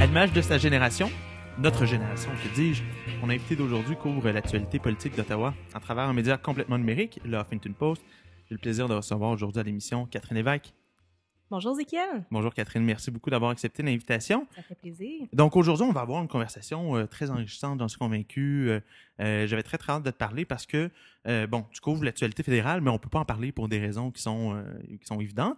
l'image de sa génération, notre génération, que dis-je, mon invité d'aujourd'hui couvre l'actualité politique d'Ottawa à travers un média complètement numérique, le Huffington Post. J'ai le plaisir de recevoir aujourd'hui à l'émission Catherine Lévesque. Bonjour Zéchiel. Bonjour Catherine, merci beaucoup d'avoir accepté l'invitation. Ça fait plaisir. Donc aujourd'hui, on va avoir une conversation très enrichissante, j'en suis convaincu. J'avais très hâte de te parler parce que, tu couvres l'actualité fédérale, mais on ne peut pas en parler pour des raisons qui sont évidentes.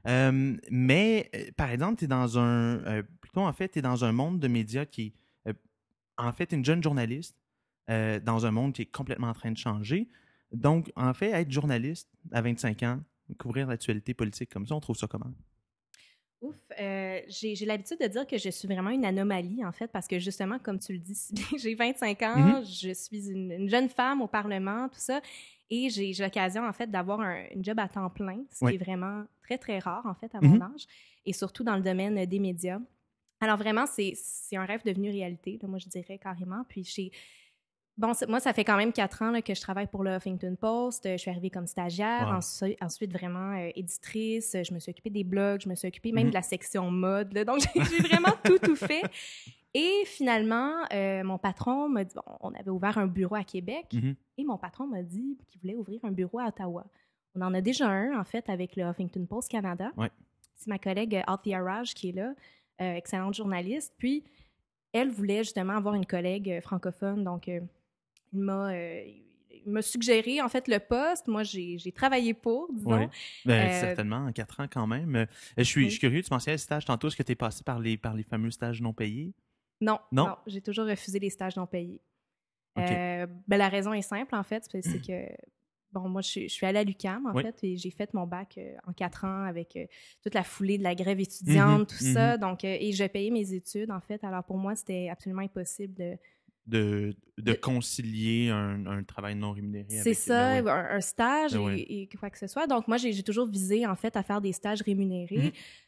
Par exemple, tu es dans t'es dans un monde de médias qui est, en fait, une jeune journaliste dans un monde qui est complètement en train de changer. Donc, en fait, être journaliste à 25 ans, couvrir l'actualité politique comme ça, on trouve ça comment? Ouf, j'ai l'habitude de dire que je suis vraiment une anomalie, en fait, parce que justement, comme tu le dis si bien, j'ai 25 ans, je suis une jeune femme au Parlement, tout ça, et j'ai l'occasion, en fait, d'avoir une job à temps plein, ce qui est vraiment très, très rare, en fait, à mon âge, et surtout dans le domaine des médias. Alors vraiment, c'est un rêve devenu réalité, là, moi, je dirais carrément, puis moi, ça fait quand même 4 ans là, que je travaille pour le Huffington Post. Je suis arrivée comme stagiaire, ensuite vraiment éditrice. Je me suis occupée des blogs, je me suis occupée même de la section mode. Là, donc, j'ai vraiment tout fait. Et finalement, mon patron m'a dit, on avait ouvert un bureau à Québec, et mon patron m'a dit qu'il voulait ouvrir un bureau à Ottawa. On en a déjà un, en fait, avec le Huffington Post Canada. Ouais. C'est ma collègue Althea Raj qui est là, excellente journaliste. Puis, elle voulait justement avoir une collègue francophone, donc... Il m'a suggéré, en fait, le poste. Moi, j'ai travaillé pour, disons. Oui, certainement, en 4 ans quand même. Je suis curieux, tu mentionnais les stages tantôt. Est-ce que tu es passé par les fameux stages non payés? Non, j'ai toujours refusé les stages non payés. Okay. La raison est simple, en fait, c'est que, moi, je suis allée à l'UQAM, en fait, et j'ai fait mon bac en 4 ans avec toute la foulée de la grève étudiante, tout ça. Donc, et je payais mes études, en fait. Alors, pour moi, c'était absolument impossible de concilier un travail non rémunéré avec... C'est ça, un stage et quoi que ce soit. Donc, moi, j'ai toujours visé, en fait, à faire des stages rémunérés.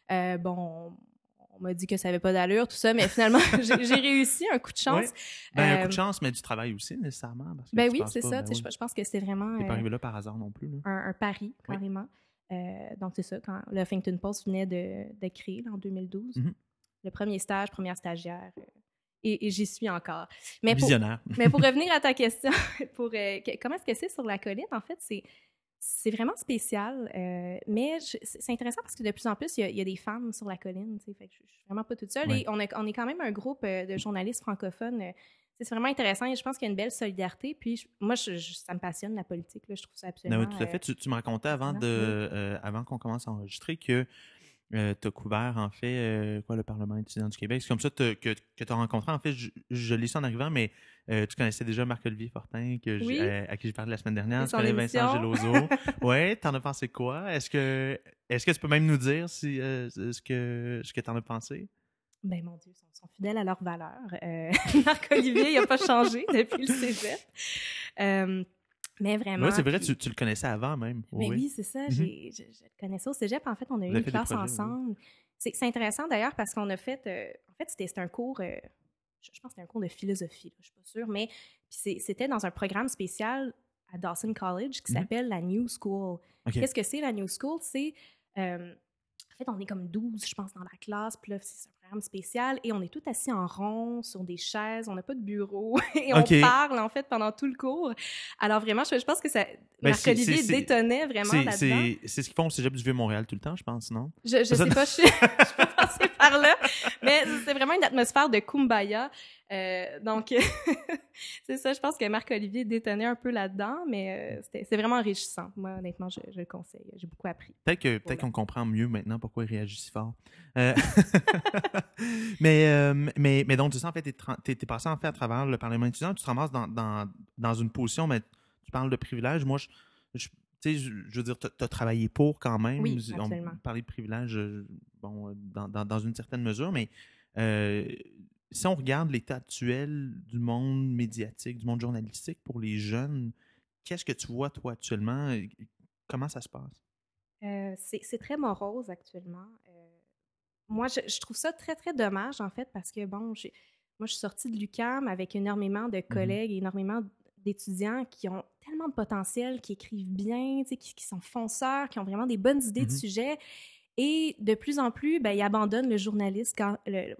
On m'a dit que ça n'avait pas d'allure, tout ça, mais finalement, j'ai réussi, un coup de chance. Un coup de chance, mais du travail aussi, nécessairement. Parce que oui, c'est ça. Je pense que c'est vraiment... Tu n'es pas arrivé là par hasard non plus. Là. Un pari, carrément. Donc, c'est ça, quand le Huffington Post venait de créer, là, en 2012. Le premier stage, première stagiaire... Et j'y suis encore. Visionnaire. Mais pour revenir à ta question, comment est-ce que c'est sur la colline? En fait, c'est vraiment spécial. Mais c'est intéressant parce que de plus en plus, il y a des femmes sur la colline. Fait que je suis vraiment pas toute seule. Et on est quand même un groupe de journalistes francophones. C'est vraiment intéressant. Et je pense qu'il y a une belle solidarité. Puis moi, ça me passionne, la politique. Là. Je trouve ça absolument... tout à fait. Tu me racontais avant qu'on commence à enregistrer que tu as couvert, en fait, le Parlement étudiant du Québec. C'est comme ça que tu as rencontré. En fait, je l'ai su en arrivant, mais tu connaissais déjà Marc-Olivier Fortin, à qui j'ai parlé la semaine dernière. Tu connais Vincent Geloso. Oui, t'en as pensé quoi? Est-ce que tu peux même nous dire ce que t'en as pensé? Ben mon Dieu, ils sont fidèles à leurs valeurs. Marc-Olivier, il n'a pas changé depuis le cégep. Mais vraiment... Oui, c'est vrai, tu le connaissais avant même. Mais oui, c'est ça. Je le connaissais au cégep. En fait, on a eu une classe ensemble. Oui. C'est intéressant d'ailleurs parce qu'on a fait... en fait, c'était un cours... je pense que c'était un cours de philosophie, là, je ne suis pas sûre, mais c'était dans un programme spécial à Dawson College qui s'appelle la New School. Okay. Qu'est-ce que c'est, la New School? C'est... en fait, on est comme 12, je pense, dans la classe. Puis là, c'est un programme spécial. Et on est tous assis en rond, sur des chaises. On n'a pas de bureau. Et on parle, en fait, pendant tout le cours. Alors, vraiment, je pense que ça... Marc-Olivier détonnait vraiment là-dedans. C'est ce qu'ils font au cégep du Vieux-Montréal tout le temps, je pense, non? Je sais pas, je suis pas passée par là. Mais c'est vraiment une atmosphère de kumbaya. Donc, c'est ça, je pense que Marc-Olivier détonnait un peu là-dedans, mais c'est vraiment enrichissant. Moi, honnêtement, je le conseille. J'ai beaucoup appris. Peut-être qu'on comprend mieux maintenant pourquoi il réagit si fort. Mais donc, tu sais, en fait, t'es passé en fait à travers le Parlement étudiant, tu te ramasses dans une position, mais tu parles de privilège. Moi, je veux dire, tu as travaillé pour quand même. Oui, absolument. On parlait de privilège, dans une certaine mesure, mais si on regarde l'état actuel du monde médiatique, du monde journalistique pour les jeunes, qu'est-ce que tu vois, toi, actuellement? Comment ça se passe? C'est très morose actuellement. Moi, je trouve ça très, très dommage, en fait, parce que, moi, je suis sortie de l'UQAM avec énormément de collègues et énormément d'étudiants qui ont tellement de potentiel, qui écrivent bien, qui sont fonceurs, qui ont vraiment des bonnes idées de sujets. Et de plus en plus, ben, ils abandonnent le journalisme,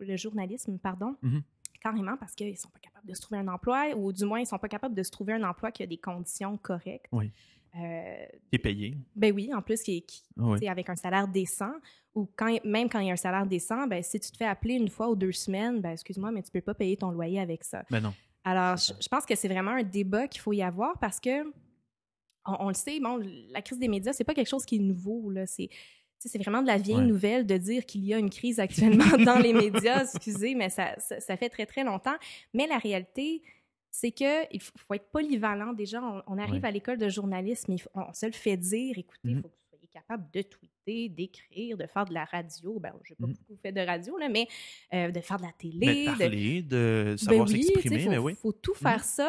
Mhm. carrément parce qu'ils ne sont pas capables de se trouver un emploi, ou du moins, ils ne sont pas capables de se trouver un emploi qui a des conditions correctes. Oui. Euh, T'es payé. ben oui, en plus, Oui. avec un salaire décent, ou même quand il y a un salaire décent, ben, si tu te fais appeler une fois ou 2 semaines, ben, excuse-moi, mais tu ne peux pas payer ton loyer avec ça. Ben non. Alors, je pense que c'est vraiment un débat qu'il faut y avoir parce que, on le sait, bon, la crise des médias, c'est pas quelque chose qui est nouveau, là. C'est vraiment de la vieille nouvelle de dire qu'il y a une crise actuellement dans les médias, excusez, mais ça fait très, très longtemps. Mais la réalité, c'est qu'il faut être polyvalent. Déjà, on arrive à l'école de journalisme, on se le fait dire, écoutez, il faut que vous soyez capable de tweeter, d'écrire, de faire de la radio. Ben, je n'ai pas beaucoup fait de radio, là, mais de faire de la télé. Mais de parler, de savoir s'exprimer, mais oui. Il faut tout faire ça.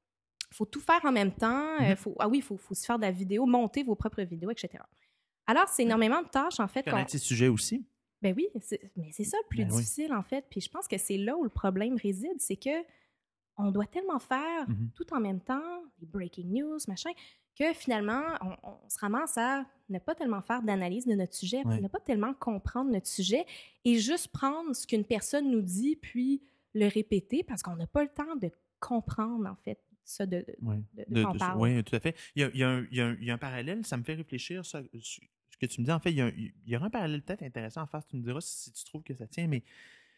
Il faut tout faire en même temps. Il faut se faire de la vidéo, monter vos propres vidéos, etc. Alors, c'est énormément de tâches, en fait. Connaître ces sujets aussi. Ben oui, mais c'est ça le plus difficile, en fait. Puis je pense que c'est là où le problème réside, c'est que on doit tellement faire tout en même temps, les breaking news, machin, que finalement, on se ramasse à ne pas tellement faire d'analyse de notre sujet, ne pas tellement comprendre notre sujet et juste prendre ce qu'une personne nous dit, puis le répéter, parce qu'on n'a pas le temps de comprendre, en fait, ça de quoi on parle. Oui, tout à fait. Il y a un parallèle, ça me fait réfléchir, ça, ce que tu me dis. En fait, il y aura un parallèle peut-être intéressant à faire, tu me diras si tu trouves que ça tient, mais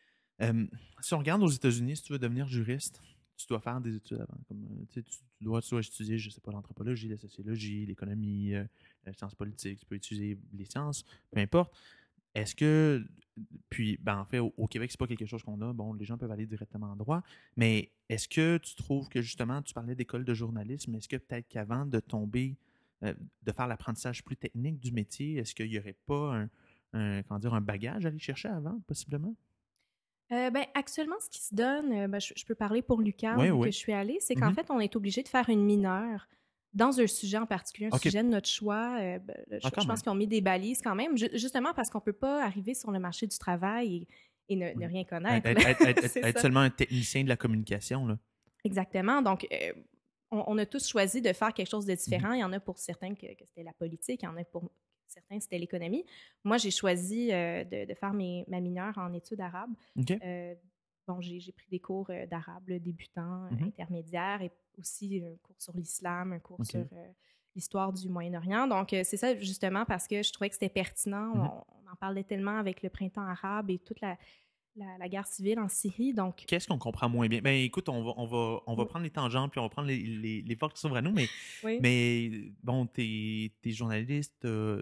si on regarde aux États-Unis, si tu veux devenir juriste, tu dois faire des études avant. Comme, tu dois étudier, je ne sais pas, l'anthropologie, la sociologie, l'économie, la science politique, tu peux étudier les sciences, peu importe. Est-ce que, puis, ben, en fait, au Québec, c'est pas quelque chose qu'on a. Bon, les gens peuvent aller directement en droit, mais est-ce que tu trouves que, justement, tu parlais d'école de journalisme, est-ce que peut-être qu'avant de tomber, de faire l'apprentissage plus technique du métier, est-ce qu'il n'y aurait pas comment dire, un bagage à aller chercher avant, possiblement? Ben, actuellement, ce qui se donne, ben, je peux parler pour l'UQAM, où que je suis allée, c'est qu'en fait, on est obligé de faire une mineure dans un sujet en particulier, un sujet de notre choix. Je pense qu'ils ont mis des balises quand même, justement parce qu'on ne peut pas arriver sur le marché du travail et ne rien connaître. Être seulement un technicien de la communication, là. Exactement. Donc, on a tous choisi de faire quelque chose de différent. Il y en a pour certains que c'était la politique, il y en a pour certains, c'était l'économie. Moi, j'ai choisi de faire ma mineure en études arabes. Bon, j'ai pris des cours d'arabe, débutant, intermédiaire, et aussi un cours sur l'islam, un cours sur l'histoire du Moyen-Orient. Donc, c'est ça, justement, parce que je trouvais que c'était pertinent. On en parlait tellement avec le printemps arabe et toute la guerre civile en Syrie. Donc, qu'est-ce qu'on comprend moins bien? Ben, écoute, on va prendre les tangentes, puis on va prendre les portes qui s'ouvrent à nous, mais bon, t'es journaliste,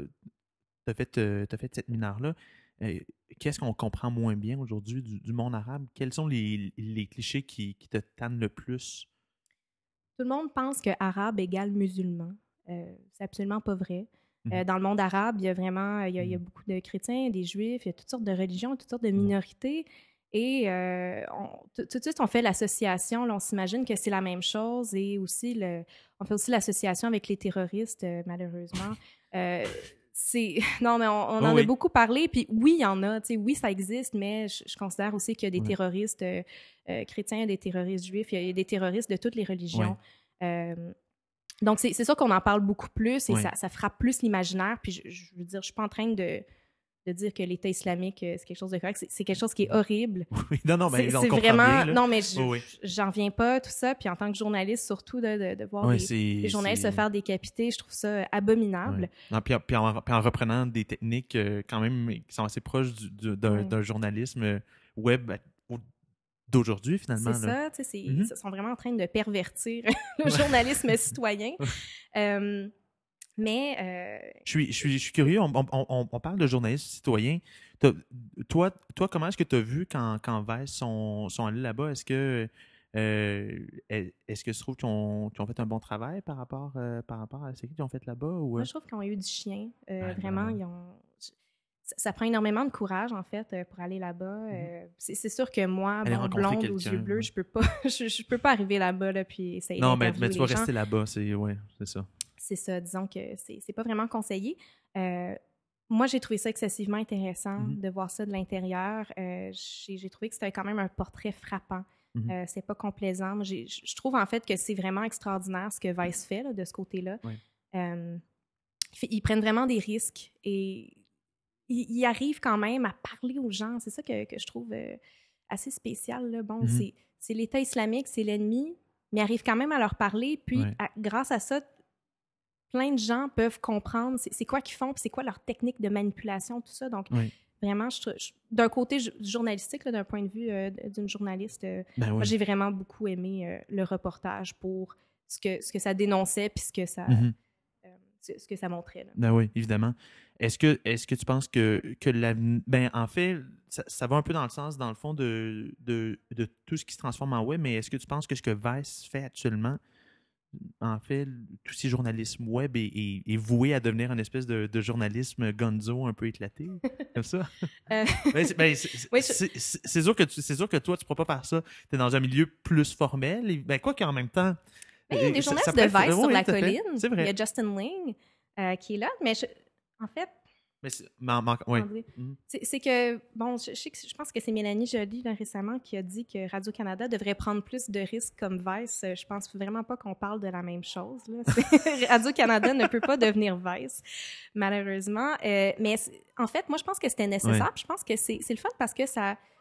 t'as fait cette mineure-là. Qu'est-ce qu'on comprend moins bien aujourd'hui du monde arabe? Quels sont les clichés qui te tannent le plus? Tout le monde pense que arabe égale musulman. C'est absolument pas vrai. Dans le monde arabe, il y a vraiment il y a beaucoup de chrétiens, des juifs, il y a toutes sortes de religions, toutes sortes de minorités. Et tout de suite, on fait l'association, là, on s'imagine que c'est la même chose. Et aussi, on fait aussi l'association avec les terroristes, malheureusement. Non, mais on en a beaucoup parlé. Puis oui, il y en a. Oui, ça existe, mais je considère aussi qu'il y a des terroristes chrétiens, des terroristes juifs, il y a des terroristes de toutes les religions. Donc, c'est sûr qu'on en parle beaucoup plus et ça frappe plus l'imaginaire. Puis je veux dire, je ne suis pas en train de dire que l'État islamique, c'est quelque chose de correct. C'est quelque chose qui est horrible. Oui, non, mais on comprend vraiment, bien. Là. Non, mais j'en viens pas, tout ça. Puis en tant que journaliste, surtout, de voir des journalistes se faire décapiter, je trouve ça abominable. Non, puis en reprenant des techniques quand même qui sont assez proches d'un journalisme web d'aujourd'hui, finalement. C'est ça, tu sais, ils sont vraiment en train de pervertir le journalisme citoyen. Mais je suis curieux, on parle de journalisme citoyen. Toi, comment est-ce que tu as vu quand Vice sont allés là-bas? Est-ce que tu trouves qu'ils ont fait un bon travail par rapport à la série qu'ils ont fait là-bas? Ou... Moi, je trouve qu'ils ont eu du chien. Vraiment, ça prend énormément de courage, en fait, pour aller là-bas. C'est sûr que moi, blonde aux yeux bleus, je peux pas je peux pas arriver là-bas là, puis essayer d'interviewer les gens. Non, mais tu vas rester là-bas, c'est ça. C'est ça, disons que c'est pas vraiment conseillé. Moi, j'ai trouvé ça excessivement intéressant de voir ça de l'intérieur. J'ai trouvé que c'était quand même un portrait frappant. C'est pas complaisant. Moi, je trouve en fait que c'est vraiment extraordinaire ce que Vice fait là, de ce côté-là. Ils prennent vraiment des risques et il arrive quand même à parler aux gens. C'est ça que je trouve assez spécial, là. Bon, Mhm. c'est l'État islamique, c'est l'ennemi, mais il arrive quand même à leur parler. Puis, Ouais. grâce à ça, plein de gens peuvent comprendre c'est quoi qu'ils font, puis c'est quoi leur technique de manipulation, tout ça. Donc, Ouais. vraiment, d'un côté journalistique, là, d'un point de vue d'une journaliste, Ben moi, oui. j'ai vraiment beaucoup aimé le reportage pour ce que ça dénonçait puis Mhm. ce que ça montrait, là. Ben oui, évidemment. Est-ce que tu penses que ben en fait, ça va un peu dans le sens, dans le fond, de tout ce qui se transforme en web, mais est-ce que tu penses que ce que Vice fait actuellement, en fait, tout ce journalisme web est voué à devenir une espèce de journalisme gonzo un peu éclaté, comme ça? Euh, oui, C'est sûr que toi, tu ne pourras pas faire ça. Tu es dans un milieu plus formel. Ben, quoi qu'en même temps, mais il y a des ça journalistes peut de être. Vice sur Oui, la tout à fait. colline. C'est Il y vrai. a Justin Ling qui est là, mais en fait, Oui. André, Mhm. c'est que, bon, je pense que c'est Mélanie Joly là, récemment qui a dit que Radio-Canada devrait prendre plus de risques comme Vice. Je pense vraiment pas qu'on parle de la même chose, là. Radio-Canada ne peut pas devenir Vice, malheureusement. Mais en fait, moi, je pense que c'était Ouais. nécessaire. Puis je pense que c'est le fun parce que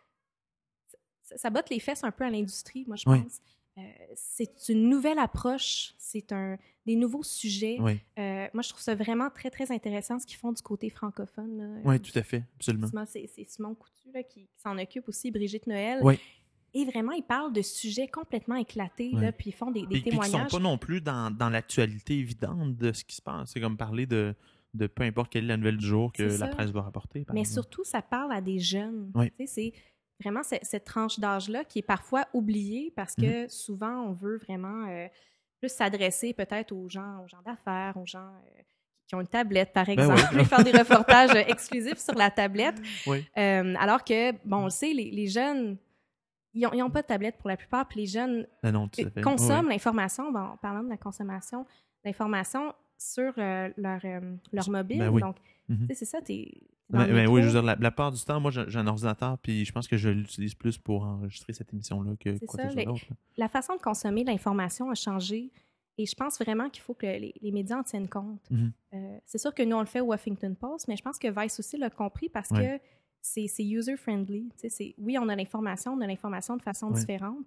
ça botte les fesses un peu à l'industrie, moi, je Ouais. pense. C'est une nouvelle approche, des nouveaux sujets. Ouais. Moi, je trouve ça vraiment très, très intéressant ce qu'ils font du côté francophone, là. Oui, tout à fait, absolument. C'est Simon Coutu là, qui s'en occupe aussi, Brigitte Noël. Oui. Et vraiment, ils parlent de sujets complètement éclatés, là, Ouais. puis ils font des Puis qui ne sont témoignages. pas non plus dans l'actualité évidente de ce qui se passe. C'est comme parler de peu importe quelle est la nouvelle du jour que C'est la ça. presse va rapporter, par Mais exemple. surtout, ça parle à des jeunes. Oui. Tu sais, c'est vraiment cette tranche d'âge-là qui est parfois oubliée parce Mhm. que souvent, on veut vraiment plus s'adresser peut-être aux gens d'affaires, aux gens qui ont une tablette, par Ben exemple, oui. et faire des reportages exclusifs sur la tablette. Oui. Alors que, bon, on le sait, les jeunes, ils n'ont pas de tablette pour la plupart, puis les jeunes Ben non, tout à fait. Oui, consomment oui. l'information, bon, en parlant de la consommation, l'information sur leur mobile. Ben oui. Donc, Mhm. tu sais, c'est ça, t'es dans le Ben oui, je veux métro. dire, la part du temps, moi, j'ai un ordinateur, puis je pense que je l'utilise plus pour enregistrer cette émission-là que C'est quoi que ça. ce soit d'autre, là. La façon de consommer l'information a changé et je pense vraiment qu'il faut que les médias en tiennent compte. Mhm. C'est sûr que nous, on le fait au Huffington Post, mais je pense que Vice aussi l'a compris parce Ouais. que c'est user-friendly. Tu sais, oui, on a l'information de façon Ouais. différente.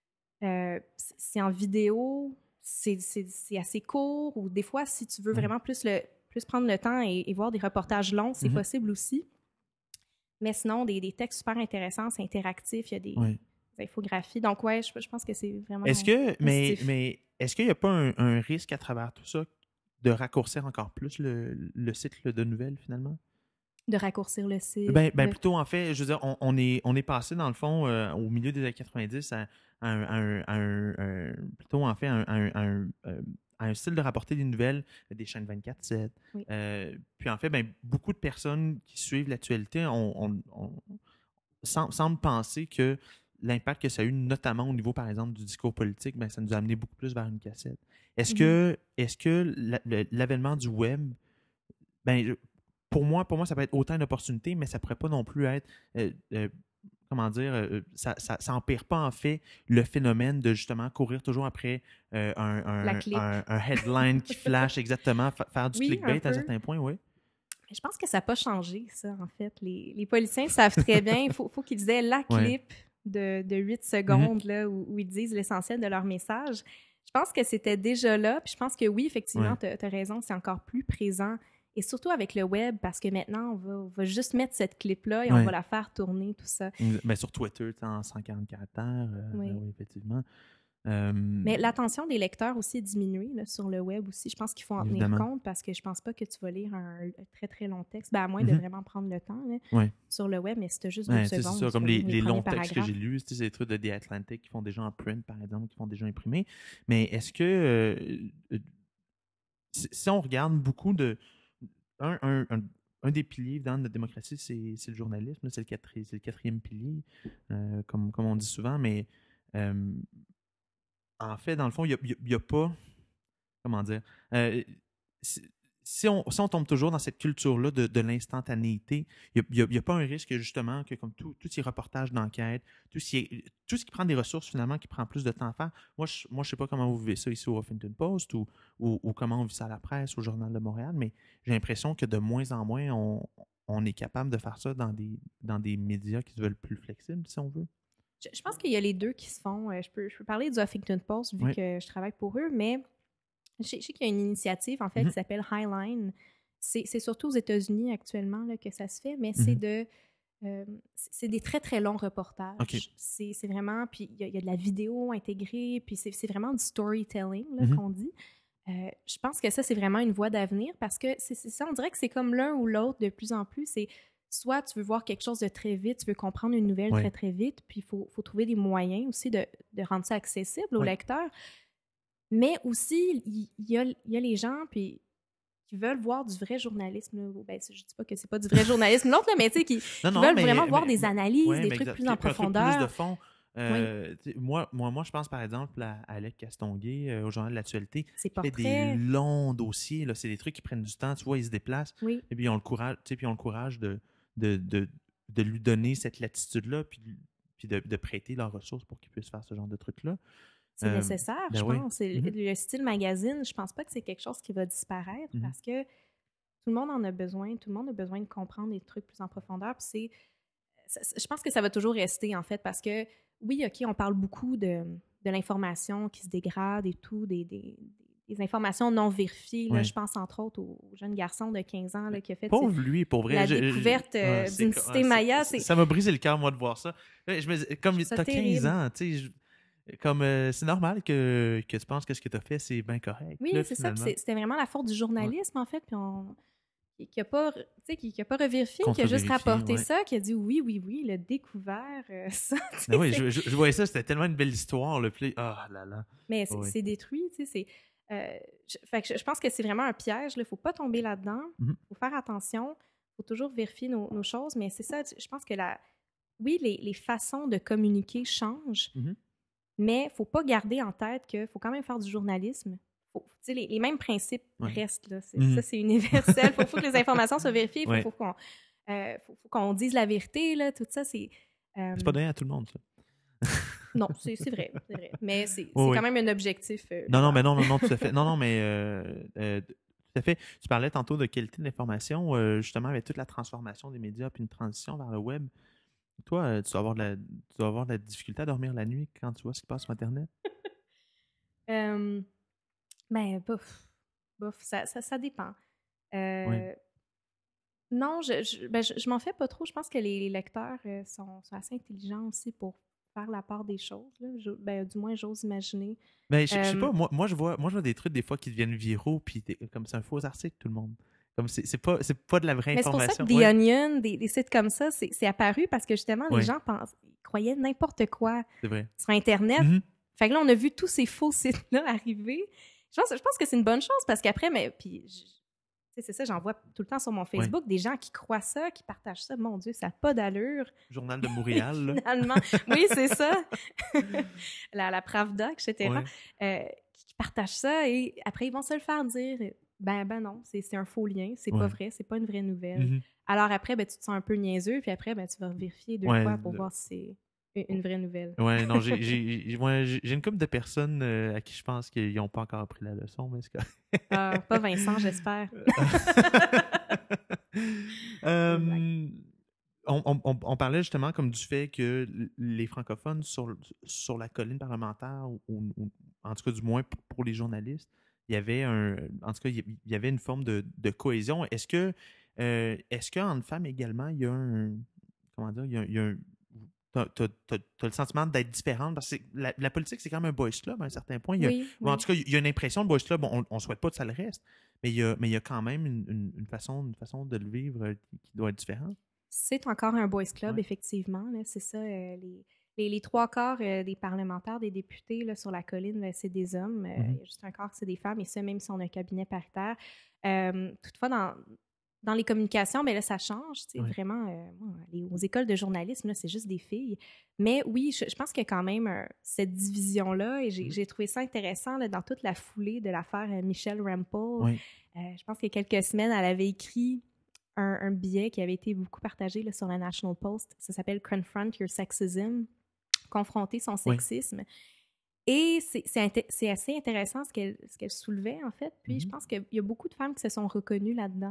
C'est en vidéo, c'est assez court, ou des fois, si tu veux Ouais. vraiment plus prendre le temps et voir des reportages longs, c'est Mhm. possible aussi. Mais sinon, des textes super intéressants, c'est interactif, il y a des infographies. Donc, ouais, je pense que c'est vraiment positif. Mais est-ce qu'il n'y a pas un risque à travers tout ça de raccourcir encore plus le cycle de nouvelles, finalement? De raccourcir le Ben cycle. plutôt, en fait, je veux dire, on est passé, dans le fond, au milieu des années 90 à plutôt, en fait, à un style de rapporter des nouvelles des chaînes 24/7. Oui. Puis, en fait, ben, beaucoup de personnes qui suivent l'actualité semblent penser que l'impact que ça a eu, notamment au niveau, par exemple, du discours politique, ben, ça nous a amené beaucoup plus vers une cassette. Est-ce que l'avènement du web, ben, pour moi, ça peut être autant une opportunité, mais ça pourrait pas non plus être, comment dire, ça empire pas en fait le phénomène de justement courir toujours après La clip. un headline qui flash exactement, faire du Oui, un clickbait à un peu. certain point, oui. Je pense que ça n'a pas changé, ça, en fait. Les politiciens savent très bien, il faut qu'ils aient la Ouais. clip de 8 Mhm. secondes là, où ils disent l'essentiel de leur message. Je pense que c'était déjà là, puis je pense que oui, effectivement, Ouais. tu as raison, c'est encore plus présent. Et surtout avec le web, parce que maintenant, on va juste mettre cette clip-là et on Ouais. va la faire tourner, tout ça. Ben, sur Twitter, en 140 caractères, Oui. oui, effectivement. Mais l'attention des lecteurs aussi est diminuée là, sur le web aussi. Je pense qu'il faut en tenir Évidemment. compte parce que je pense pas que tu vas lire un très, très long texte, ben, à moins de Mhm. vraiment prendre le temps là, Ouais. sur le web, mais si tu as juste Ouais, 2 c'est secondes, ça, tu comme vas les, lire les les premiers longs textes que paragraphes. j'ai lus, c'est des trucs de The Atlantic qui font déjà en print, par exemple, qui font déjà imprimer. Mais est-ce que, si on regarde beaucoup de. Un, un, un, un des piliers dans notre démocratie, c'est le journalisme, c'est le quatrième pilier, comme on dit souvent, mais euh, en fait, dans le fond, il n'y a pas. Comment dire? Si, si on tombe toujours dans cette culture-là de l'instantanéité, il n'y a pas un risque, justement, que comme tous ces reportages d'enquête, tout ce qui prend des ressources, finalement, qui prend plus de temps à faire. Moi, je ne sais pas comment vous vivez ça ici au Huffington Post ou comment on vit ça à la presse, au Journal de Montréal, mais j'ai l'impression que de moins en moins, on est capable de faire ça dans des médias qui se veulent plus flexibles, si on veut? Je pense qu'il y a les deux qui se font. Je peux parler du Huffington Post vu Oui. que je travaille pour eux, mais je sais qu'il y a une initiative, en fait, qui s'appelle Highline. C'est surtout aux États-Unis actuellement là, que ça se fait, mais c'est des très, très longs reportages. OK. C'est vraiment... Puis il y a de la vidéo intégrée, puis c'est vraiment du storytelling là, qu'on dit. Je pense que ça, c'est vraiment une voie d'avenir parce que c'est ça, on dirait que c'est comme l'un ou l'autre de plus en plus. C'est soit tu veux voir quelque chose de très vite, tu veux comprendre une nouvelle très, très vite, puis il faut trouver des moyens aussi de rendre ça accessible aux lecteurs. Mais aussi, il y a les gens puis, qui veulent voir du vrai journalisme. Là. Ben, je ne dis pas que c'est pas du vrai journalisme, l'autre, là, mais tu sais, qui veulent vraiment voir des analyses, des trucs plus en profondeur. Plus de fond. Moi, je pense par exemple à Alec Castonguay au Journal de l'actualité. Ses Il fait des longs dossiers. Là, c'est des trucs qui prennent du temps. Tu vois, il se déplace. Oui. Et puis, ils ont le courage de lui donner cette latitude-là puis de prêter leurs ressources pour qu'il puisse faire ce genre de trucs-là. C'est nécessaire, je pense. Oui. Le style magazine, je pense pas que c'est quelque chose qui va disparaître parce que tout le monde en a besoin. Tout le monde a besoin de comprendre des trucs plus en profondeur. Puis je pense que ça va toujours rester, en fait, parce que, oui, OK, on parle beaucoup de l'information qui se dégrade et tout, des informations non vérifiées. Là, je pense, entre autres, au jeune garçon de 15 ans là, qui a fait pauvre lui, pour vrai, la découverte d'une cité maya. Ça m'a brisé le cœur, moi, de voir ça. Comme tu as 15 ans, tu sais... c'est normal que tu penses que ce que tu as fait, c'est bien correct. Oui, c'est ça. C'était vraiment la faute du journalisme, en fait. Puis qui n'a pas revérifié, qui a juste rapporté ça, qui a dit oui, il a découvert ça. Oui, je voyais ça, c'était tellement une belle histoire. Ah là là. Mais c'est détruit, tu sais. Je pense que c'est vraiment un piège. Il ne faut pas tomber là-dedans. Il faut faire attention. Il faut toujours vérifier nos choses. Mais c'est ça, je pense que les façons de communiquer changent. Mais il ne faut pas garder en tête qu'il faut quand même faire du journalisme. Les mêmes principes restent. Là. Ça, c'est universel. Il faut que les informations soient vérifiées. Il faut qu'on dise la vérité. Là. Tout ça, c'est... C'est pas donné à tout le monde, ça. Non, c'est vrai. Mais c'est quand même un objectif. Non, tout à fait. Non, mais tout à fait. Tu parlais tantôt de qualité de l'information, justement, avec toute la transformation des médias puis une transition vers le web. Toi, tu dois avoir de la difficulté à dormir la nuit quand tu vois ce qui passe sur Internet? Ben, bof, ça dépend. Non, je m'en fais pas trop. Je pense que les lecteurs sont assez intelligents aussi pour faire la part des choses. Là. Du moins, j'ose imaginer. Ben, je sais pas, moi, je vois des trucs des fois qui deviennent viraux, puis comme c'est un faux article, tout le monde. Comme c'est pas de la vraie information. Mais c'est pour ça que The Onion, des sites comme ça, c'est apparu parce que justement, les gens croyaient n'importe quoi sur Internet. Fait que là, on a vu tous ces faux sites-là arriver. Je pense que c'est une bonne chose parce qu'après, c'est ça, j'en vois tout le temps sur mon Facebook, des gens qui croient ça, qui partagent ça. Mon Dieu, ça n'a pas d'allure. Journal de Montréal. Finalement, oui, c'est ça. la Pravda, etc. Qui partagent ça et après, ils vont se le faire dire. Ben non, c'est un faux lien, c'est pas vrai, c'est pas une vraie nouvelle. Alors après, tu te sens un peu niaiseux, puis après, tu vas vérifier deux fois pour voir si c'est une vraie nouvelle. Ouais, non, j'ai une couple de personnes à qui je pense qu'ils n'ont pas encore appris la leçon, mais c'est pas Vincent, j'espère. On parlait justement comme du fait que les francophones sur la colline parlementaire, ou en tout cas du moins pour les journalistes, il y avait il y avait une forme de cohésion. Est-ce qu'entre femmes également, il y a un... Comment dire? Il y a un... T'as le sentiment d'être différente parce que la politique, c'est quand même un boys club à un certain point. En tout cas, il y a une impression de boys club. On ne souhaite pas que ça le reste, mais il y a quand même une façon de le vivre qui doit être différente. C'est encore un boys club, effectivement. Là, c'est ça. Les trois quarts des parlementaires, des députés là, sur la colline, là, c'est des hommes. Il y a juste un quart, c'est des femmes. Et ça, même si on a un cabinet paritaire. Toutefois, dans les communications, là, ça change. Vraiment, aux écoles de journalisme, là, c'est juste des filles. Mais oui, je pense qu'il y a quand même cette division-là. Et j'ai trouvé ça intéressant là, dans toute la foulée de l'affaire Michelle Rempel. Je pense qu'il y a quelques semaines, elle avait écrit un billet qui avait été beaucoup partagé là, sur la National Post. Ça s'appelle « Confront Your Sexism », confronter son sexisme. Et c'est assez intéressant ce qu'elle soulevait, en fait. Puis je pense qu'il y a beaucoup de femmes qui se sont reconnues là-dedans.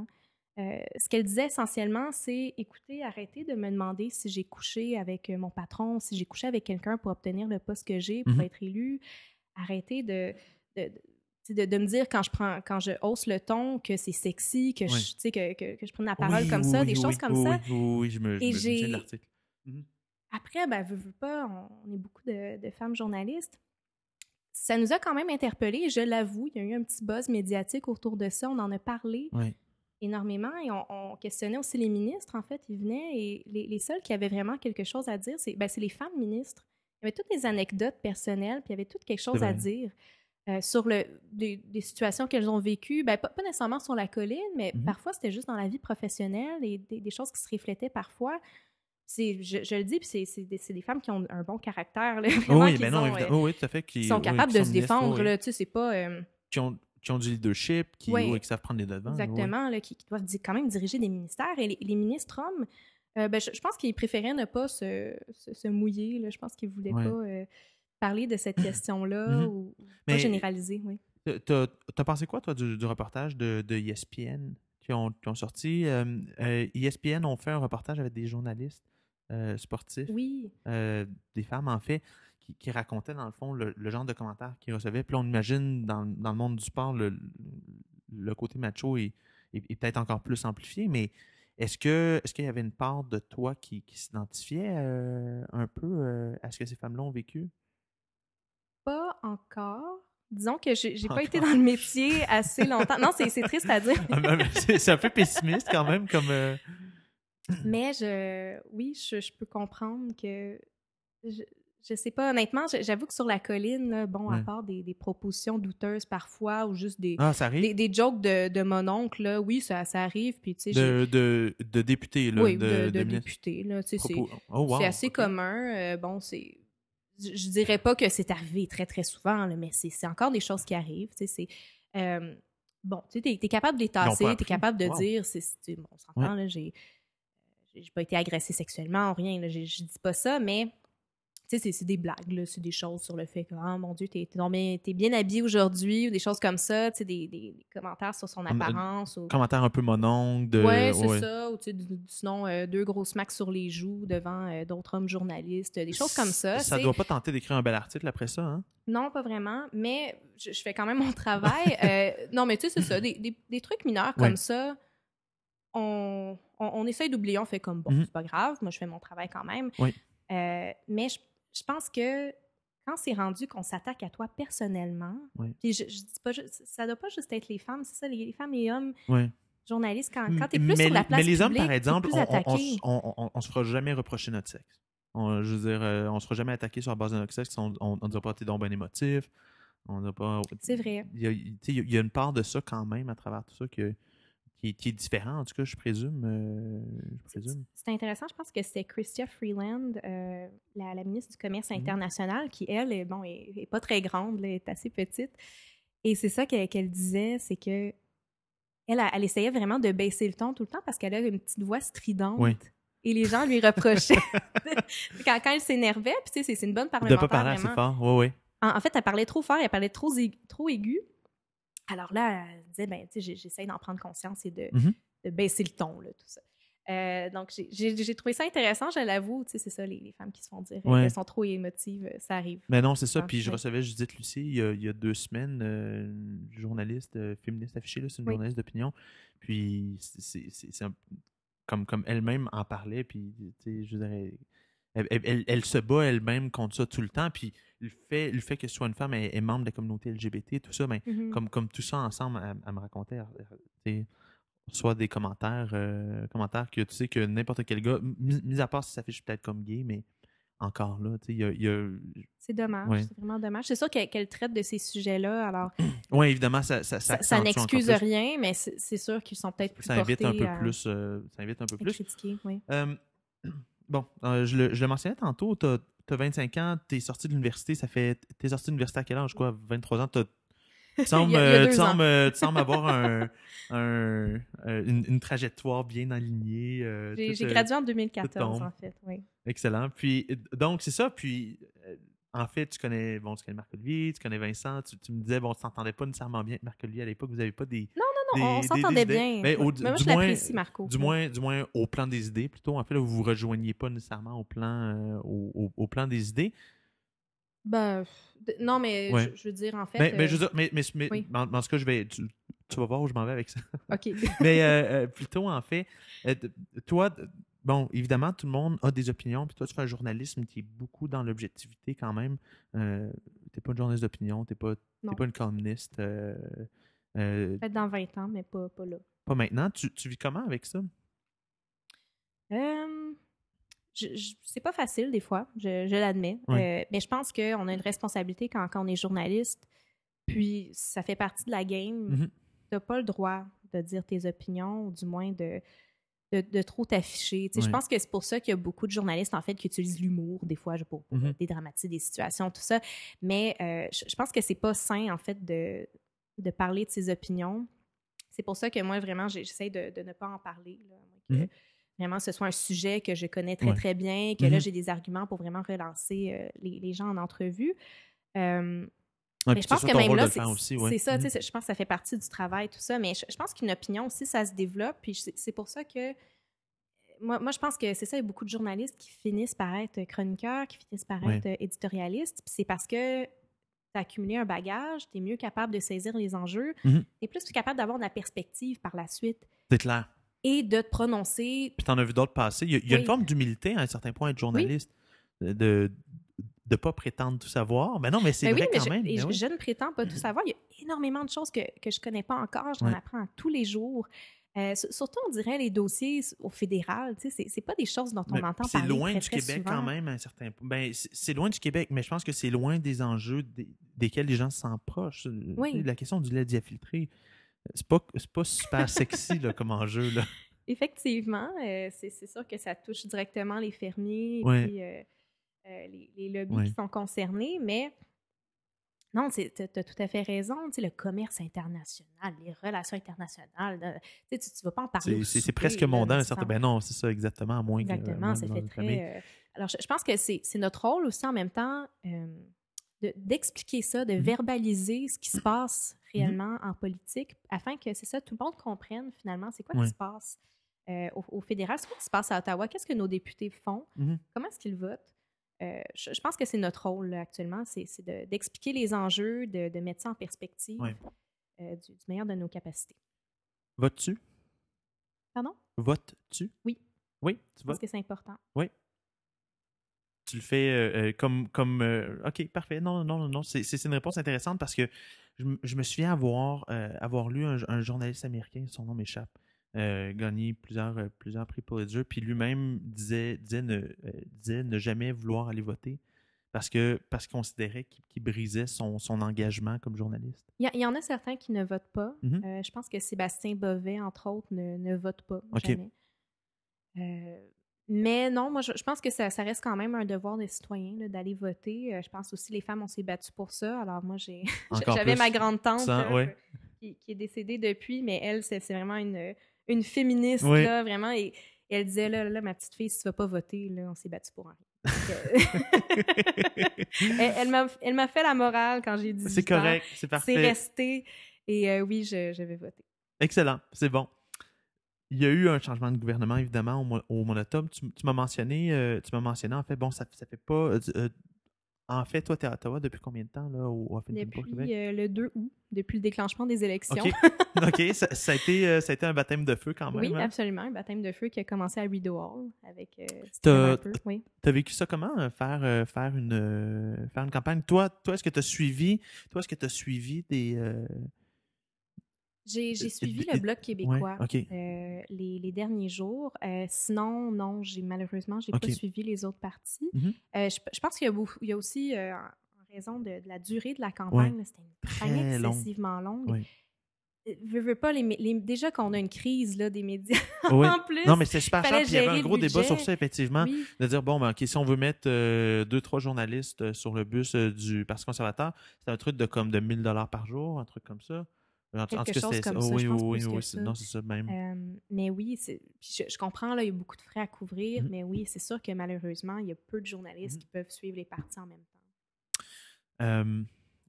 Ce qu'elle disait essentiellement, c'est, écoutez, arrêtez de me demander si j'ai couché avec mon patron, si j'ai couché avec quelqu'un pour obtenir le poste que j'ai, pour être élue. Arrêtez de, de me dire quand je hausse le ton que c'est sexy, que, Ouais. que je prenne la parole comme ça, des choses comme ça. Je me Et souviens de l'article. Après, ben, veux pas, on est beaucoup de femmes journalistes. Ça nous a quand même interpellés, je l'avoue. Il y a eu un petit buzz médiatique autour de ça. On en a parlé énormément et on questionnait aussi les ministres, en fait. Ils venaient et les seuls qui avaient vraiment quelque chose à dire, c'est les femmes ministres. Il y avait toutes des anecdotes personnelles, puis il y avait tout quelque chose à dire sur des situations qu'elles ont vécues. Ben, pas nécessairement sur la colline, mais parfois c'était juste dans la vie professionnelle et des choses qui se reflétaient parfois. Je le dis, puis c'est des femmes qui ont un bon caractère, là, vraiment, oui, ben non, évidemment. Oui, tout à fait. Qui sont capables de se défendre, là, tu sais, c'est pas... Qui ont du leadership, qui savent prendre les devants. Exactement, là, qui doivent quand même diriger des ministères. Et les ministres hommes, je pense qu'ils préféraient ne pas se mouiller, là. Je pense qu'ils ne voulaient pas parler de cette question-là ou pas généraliser, oui. T'as pensé quoi, toi, du reportage de ESPN qui ont sorti? ESPN ont fait un reportage avec des journalistes sportifs, des femmes, en fait, qui racontaient, dans le fond, le genre de commentaires qu'ils recevaient. Puis on imagine, dans le monde du sport, le côté macho est peut-être encore plus amplifié, mais est-ce qu'il y avait une part de toi qui s'identifiait un peu à ce que ces femmes-là ont vécu? Pas encore. Disons que j'ai pas été dans le métier assez longtemps. Non, c'est triste à dire. C'est un peu pessimiste quand même comme... Mais je peux comprendre que... Je sais pas, honnêtement, j'avoue que sur la colline, là, à part des propositions douteuses parfois ou juste des jokes de mon oncle, là, oui, ça arrive. Puis, tu sais, de députés, là. Oui, de députés, là. Tu sais, c'est assez commun. Je dirais pas que c'est arrivé très, très souvent, là, mais c'est encore des choses qui arrivent. Tu sais, bon, tu sais, t'es capable de les tasser, t'es capable de dire, bon, on s'entend, là, j'ai pas été agressée sexuellement ou rien, là, je dis pas ça, mais tu sais, c'est des blagues, là, c'est des choses sur le fait que, oh mon Dieu, t'es bien habillé aujourd'hui, ou des choses comme ça, tu sais, des commentaires sur son apparence. Commentaires un peu mononcle. Oui, c'est ça, ou tu sais, sinon, 2 gros smacks sur les joues devant d'autres hommes journalistes, des choses comme ça. Ça doit pas tenter d'écrire un bel article après ça, hein? Non, pas vraiment, mais je fais quand même mon travail. Non, mais tu sais, c'est ça, des trucs mineurs comme ça, on essaye d'oublier, on fait comme, bon, c'est pas grave, moi, je fais mon travail quand même. Mais je pense que quand c'est rendu qu'on s'attaque à toi personnellement, puis je dis pas, ça doit pas juste être les femmes, c'est ça, les femmes et hommes journalistes, quand t'es plus sur la place publique, les hommes, par exemple, on se fera jamais reprocher notre sexe. Je veux dire, on se fera jamais attaquer sur la base de notre sexe, on ne dira pas t'es donc ben émotif, on n'a pas... C'est vrai. Il y a une part de ça quand même à travers tout ça qui est différent, en tout cas, je présume. C'est intéressant, je pense que c'était Chrystia Freeland, la ministre du Commerce international, qui, elle, est pas très grande, là, est assez petite. Et c'est ça qu'elle disait, c'est que elle essayait vraiment de baisser le ton tout le temps parce qu'elle a une petite voix stridente. Et les gens lui reprochaient quand elle s'énervait, puis tu sais, c'est une bonne parlementaire. De pas parler assez fort, oui. En fait, elle parlait trop fort, elle parlait trop aigu. Alors là, elle disait, tu sais, j'essaie d'en prendre conscience et de baisser le ton, là, tout ça. Donc, j'ai trouvé ça intéressant, je l'avoue. Tu sais, c'est ça, les femmes qui se font dire qu'elles sont trop émotives, ça arrive. Mais non, c'est ça. Puis je recevais Judith Lucie il y a 2 semaines, une journaliste féministe affichée, là, c'est une journaliste d'opinion. Puis c'est comme elle-même en parlait. Puis, tu sais, je dirais, elle se bat elle-même contre ça tout le temps. Puis le fait que ce soit une femme, elle est membre de la communauté LGBT, tout ça, comme tout ça ensemble, elle me racontait, soit des commentaires que tu sais que n'importe quel gars, mis à part si ça s'affiche peut-être comme gay, mais encore là, tu sais, il y a... C'est dommage, c'est vraiment dommage. C'est sûr qu'elle traite de ces sujets-là, alors... Oui, évidemment, ça n'excuse rien, mais c'est sûr qu'ils sont peut-être plus portés ça invite un peu plus. Critiquer, oui. Bon, je le mentionnais tantôt, t'as 25 ans, t'es sorti de l'université, t'es sorti de l'université à quel âge, quoi? 23 ans, tu sembles avoir une trajectoire bien alignée. J'ai gradué en 2014, en fait, oui. Excellent. Puis, donc, c'est ça. Puis, en fait, tu connais Marc-Olivier, tu connais Vincent, tu me disais, bon, tu t'entendais pas nécessairement bien avec Marc-Olivier à l'époque, vous n'avez pas Non, non, non, on des s'entendait idées. bien. Mais Ouais. Mais moi, je l'apprécie, Marco. du moins au plan des idées, plutôt. En fait, là, vous vous rejoignez pas nécessairement au plan des idées. Ben, non, mais Ouais. je veux dire, en fait... Mais je veux dire, oui, dans ce cas, tu vas voir où je m'en vais avec ça. OK. Mais plutôt, en fait, toi, bon, évidemment, tout le monde a des opinions, puis toi, tu fais un journalisme qui est beaucoup dans l'objectivité quand même. T'es pas une journaliste d'opinion, t'es pas Non, une columniste. peut-être dans 20 ans, mais pas là. Pas maintenant. Tu vis comment avec ça? Euh, c'est pas facile des fois, je l'admets. Oui. Mais je pense qu'on a une responsabilité quand on est journaliste, puis ça fait partie de la game. Mhm. T'as pas le droit de dire tes opinions, ou du moins de trop t'afficher. Tu sais, Ouais. je pense que c'est pour ça qu'il y a beaucoup de journalistes, en fait, qui utilisent l'humour, des fois, pour dédramatiser des situations, tout ça. Mais je pense que c'est pas sain, en fait, de parler de ses opinions. C'est pour ça que moi, vraiment, j'essaie de ne pas en parler, là, à moins que vraiment ce soit un sujet que je connais très, très bien, que là, j'ai des arguments pour vraiment relancer les gens en entrevue. Ouais, Mais puis je pense c'est que ton même rôle de là, le faire aussi, ouais. c'est ça, tu sais, je pense que ça fait partie du travail, tout ça, mais je pense qu'une opinion aussi, ça se développe, puis c'est pour ça que moi, je pense que c'est ça, il y a beaucoup de journalistes qui finissent par être chroniqueurs, qui finissent par être éditorialistes, puis c'est parce que tu as accumulé un bagage, tu es mieux capable de saisir les enjeux, tu es plus capable d'avoir de la perspective par la suite C'est clair. et de te prononcer. Puis t'en as vu d'autres passer. Il y a une forme d'humilité à un certain point, être journaliste, de pas prétendre tout savoir. Mais non, mais c'est vrai quand même. Je ne prétends pas tout savoir. Il y a énormément de choses que je ne connais pas encore. J'en apprends tous les jours. Surtout, on dirait, les dossiers au fédéral. Tu sais, c'est pas des choses dont on entend parler loin très, du très Québec souvent. quand même à un certain point. Ben, c'est loin du Québec, mais je pense que c'est loin des enjeux desquels les gens s'en prochent. Oui. La question du lait diafiltré, c'est pas super sexy là, comme enjeu. Là. Effectivement, c'est sûr que ça touche directement les fermiers et puis les lobbies qui sont concernés, mais non, tu as tout à fait raison. Tu sais, le commerce international, les relations internationales, tu ne vas pas en parler au souper. C'est presque mondain, un certain. Ben non, c'est ça, exactement, à moins exactement, ça fait très... Alors, je pense que c'est notre rôle aussi en même temps d'expliquer ça, de verbaliser ce qui se passe réellement en politique, afin que, c'est ça, tout le monde comprenne finalement c'est quoi qui se passe au fédéral, c'est quoi qui se passe à Ottawa, qu'est-ce que nos députés font, comment est-ce qu'ils votent. Je pense que c'est notre rôle là, actuellement, c'est d'expliquer les enjeux, de mettre ça en perspective du meilleur de nos capacités. Votes-tu? Pardon? Votes-tu? Oui. Oui, tu votes? Je pense que c'est important. Oui. Tu le fais comme OK, parfait. Non. C'est une réponse intéressante parce que je me souviens avoir lu un journaliste américain, son nom m'échappe, gagné plusieurs prix Pulitzer, puis lui-même disait ne jamais vouloir aller voter parce qu'il considérait qu'il brisait son engagement comme journaliste. Il y en a certains qui ne votent pas. Je pense que Sébastien Bovet, entre autres, ne vote pas, jamais. Mais non, moi, je pense que ça reste quand même un devoir des citoyens là, d'aller voter. Je pense aussi que les femmes, on s'est battues pour ça. Alors moi, j'avais ma grande-tante qui est décédée depuis, mais elle, c'est vraiment une féministe, là, vraiment. Et elle disait, là, ma petite fille, si tu ne vas pas voter, là, on s'est battus pour rien. Elle m'a fait la morale quand j'ai dit c'est correct, c'est parfait. C'est resté. Et oui, je vais voter. Excellent, c'est bon. Il y a eu un changement de gouvernement, évidemment, au mois d'octobre. Tu m'as mentionné, en fait, bon, ça fait pas... en fait, toi, tu es à Ottawa depuis combien de temps, là, au Huffington Post Depuis Québec? Le 2 août, depuis le déclenchement des élections. OK, ça a été un baptême de feu quand même. Oui, hein? absolument, un baptême de feu qui a commencé à Rideau Hall avec T'as vécu ça comment, faire une campagne? Toi, est-ce que tu as suivi des... J'ai suivi le Bloc québécois les derniers jours. Sinon, non, malheureusement, j'ai pas suivi les autres partis. Je pense qu'il y a aussi, en raison de la durée de la campagne, c'était une campagne excessivement longue. Veux pas, déjà qu'on a une crise là, des médias en plus. Non, mais c'est super cher. Puis il y avait un gros débat sur ça, effectivement, de dire, bon, ben, OK, si on veut mettre 2-3 journalistes sur le bus du Parti conservateur, c'est un truc de 1 000 $ par jour, un truc comme ça. Quelque chose comme ça, je pense plus que ça. Non, c'est ça même. Mais oui, je comprends, là, il y a beaucoup de frais à couvrir, mais oui, c'est sûr que malheureusement, il y a peu de journalistes qui peuvent suivre les partis en même temps. Euh,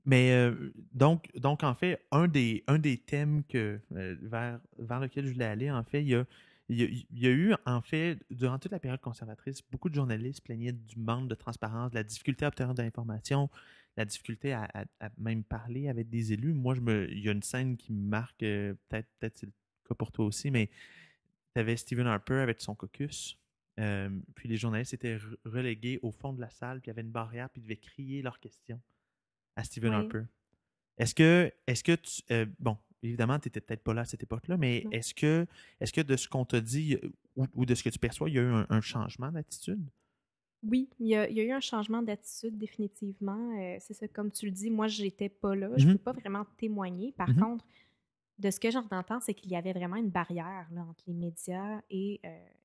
donc, en fait, un des thèmes vers lequel je voulais aller, en fait, il y a eu, en fait, durant toute la période conservatrice, beaucoup de journalistes plaignaient du manque de transparence, de la difficulté à obtenir de l'information, la difficulté à même parler avec des élus. Moi, il y a une scène qui me marque, peut-être c'est le cas pour toi aussi, mais tu avais Stephen Harper avec son caucus. Puis les journalistes étaient relégués au fond de la salle, puis il y avait une barrière, puis ils devaient crier leurs questions à Stephen Oui. Harper. Est-ce que tu. Bon, évidemment, tu n'étais peut-être pas là à cette époque-là, mais Non. est-ce que de ce qu'on t'a dit ou de ce que tu perçois, il y a eu un changement d'attitude? Oui, il y a eu un changement d'attitude définitivement. C'est ça, comme tu le dis, moi, j'étais pas là. Je Mhm. peux pas vraiment témoigner. Par Mhm. contre, de ce que j'en entends, c'est qu'il y avait vraiment une barrière là, entre les médias et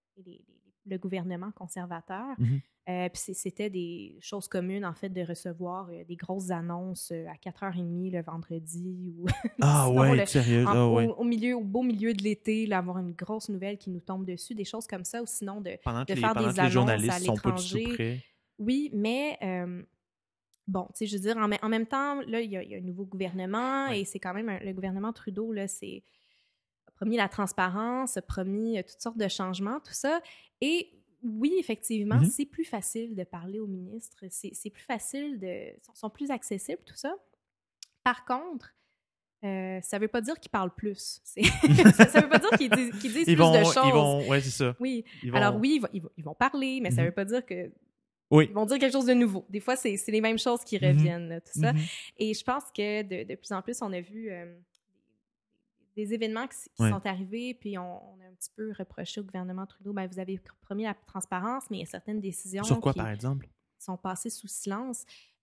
le gouvernement conservateur. Mhm. Puis c'était des choses communes, en fait, de recevoir des grosses annonces à 4h30 le vendredi ou Ah sinon ouais, sérieux? Ah ouais. au beau milieu de l'été, là, avoir une grosse nouvelle qui nous tombe dessus, des choses comme ça, ou sinon Pendant de que les, faire pendant des que les annonces à journalistes sont pas du tout l'étranger. prêts. Oui, mais bon, tu sais, je veux dire, en même temps, là, il y a un nouveau gouvernement Ouais. et c'est quand même le gouvernement Trudeau, là, a promis la transparence, a promis toutes sortes de changements, tout ça. Et oui, effectivement, Mhm. c'est plus facile de parler aux ministres, c'est plus facile sont plus accessibles, tout ça. Par contre, ça veut pas dire qu'ils parlent plus. Ça veut pas dire qu'ils disent plus de choses. Ouais, c'est ça. Oui. Ils Alors vont. oui, ils vont parler, mais ça Mhm. veut pas dire que Oui. ils vont dire quelque chose de nouveau. Des fois, c'est les mêmes choses qui Mhm. reviennent, là, tout ça. Mhm. Et je pense que de plus en plus, on a vu des événements qui Ouais. sont arrivés, puis on a un petit peu reproché au gouvernement Trudeau, ben, vous avez promis la transparence, mais il y a certaines décisions Sur quoi, qui par exemple? sont passées sous silence.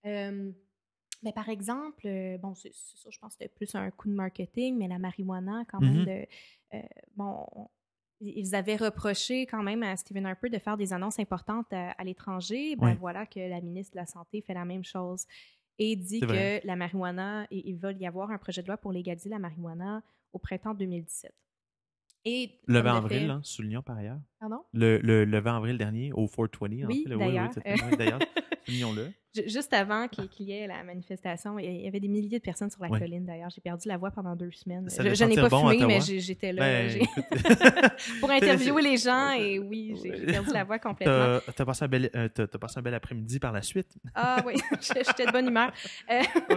Ben, par exemple, bon, c'est sûr, je pense que c'était plus un coup de marketing, mais la marijuana, quand même, Mhm. bon, ils avaient reproché quand même à Stephen Harper de faire des annonces importantes à l'étranger. Ben Ouais, voilà que la ministre de la Santé fait la même chose et dit c'est vrai. que la marijuana, il va y avoir un projet de loi pour légaliser la marijuana au printemps 2017. Et Le comme 20 de avril, fait... hein, soulignons par ailleurs. Pardon? Le 20 avril dernier, au 420, en fait. Oui, Oui, d'ailleurs. tout à fait. Oui, d'ailleurs, soulignons-le. Juste avant qu'il y ait la manifestation, il y avait des milliers de personnes sur la Oui. colline, d'ailleurs. J'ai perdu la voix pendant 2 semaines. Ça devait Je n'ai sentir pas bon à fumé, mais Ottawa. j'étais là Ben, écoute. pour interviewer les gens. Et oui, j'ai perdu la voix complètement. T'as passé un bel après-midi par la suite. Ah oui, j'étais de bonne humeur. Oui.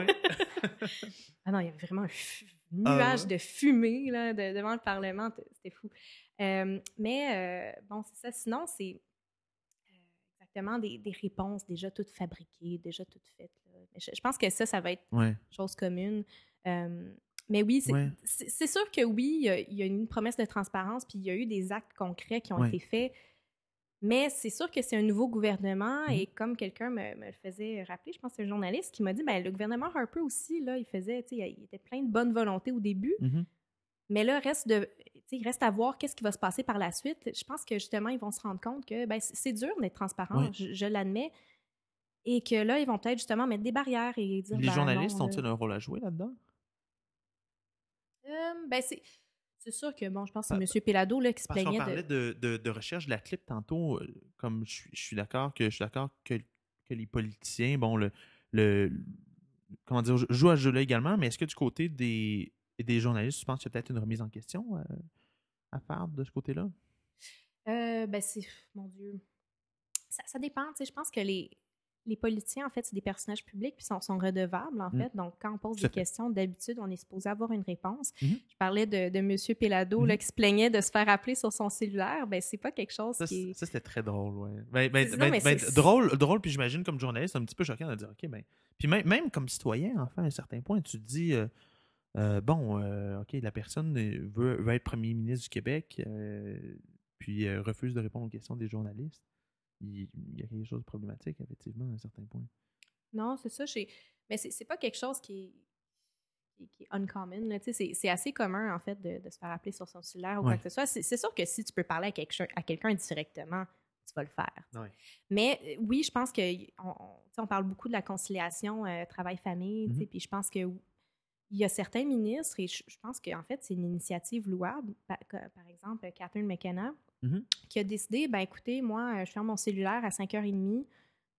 Ah non, il y avait vraiment un Ah nuage ouais. de fumée là, devant le Parlement. C'était fou. Mais bon, c'est ça. Sinon, c'est exactement des réponses déjà toutes fabriquées, déjà toutes faites, là. Mais je pense que ça va être Ouais. chose commune. Euh, mais oui, Ouais. c'est sûr que oui, il y a une promesse de transparence, puis il y a eu des actes concrets qui ont Ouais. été faits. Mais c'est sûr que c'est un nouveau gouvernement Mhm. et comme quelqu'un me le faisait rappeler, je pense que c'est un journaliste qui m'a dit, ben, le gouvernement Harper aussi, là, il faisait, tu sais, il était plein de bonne volonté au début, Mhm. mais là, il reste à voir qu'est-ce qui va se passer par la suite. Je pense que justement, ils vont se rendre compte que ben, c'est dur d'être transparent, Ouais. je l'admets, et que là, ils vont peut-être justement mettre des barrières et dire, Les ben non, journalistes là. ont-ils un rôle à jouer là-dedans? Ben, c'est sûr que, bon, je pense que Pa- c'est M. Pellado là, qui se Parce qu'on plaignait parlait de recherche de la clip tantôt, comme je suis d'accord que les politiciens, bon, le comment dire, jouent à ce jeu-là également, mais est-ce que du côté des journalistes, tu penses qu'il y a peut-être une remise en question à faire de ce côté-là? Ben, mon Dieu, ça dépend, tu sais, je pense que les politiciens, en fait, c'est des personnages publics puis sont redevables, en Mm. fait. Donc, quand on pose Tout à des fait. questions, d'habitude, on est supposé avoir une réponse. Mhm. Je parlais de M. Pellado, là, Mhm. qui se plaignait de se faire appeler sur son cellulaire. Ben, c'est pas quelque chose Ça, qui est... c'était très drôle, ouais. Non, mais Drôle, puis j'imagine comme journaliste, c'est un petit peu choquant de dire, OK, ben. Puis même comme citoyen, enfin, à un certain point, tu te dis, bon, OK, la personne veut être premier ministre du Québec, puis refuse de répondre aux questions des journalistes. Il y a quelque chose de problématique, effectivement, à un certain point. Non, c'est ça. Mais c'est pas quelque chose qui est uncommon, là. Tu sais, c'est assez commun, en fait, de se faire appeler sur son cellulaire ou quoi Ouais. que ce soit. C'est sûr que si tu peux parler à quelqu'un directement, tu vas le faire. Ouais. Mais oui, je pense que tu sais, on parle beaucoup de la conciliation travail-famille, tu sais, Mhm. puis je pense que il y a certains ministres, et je pense qu'en fait, c'est une initiative louable. Par exemple, Catherine McKenna, Mhm. qui a décidé, ben écoutez, moi, je ferme mon cellulaire à 5h30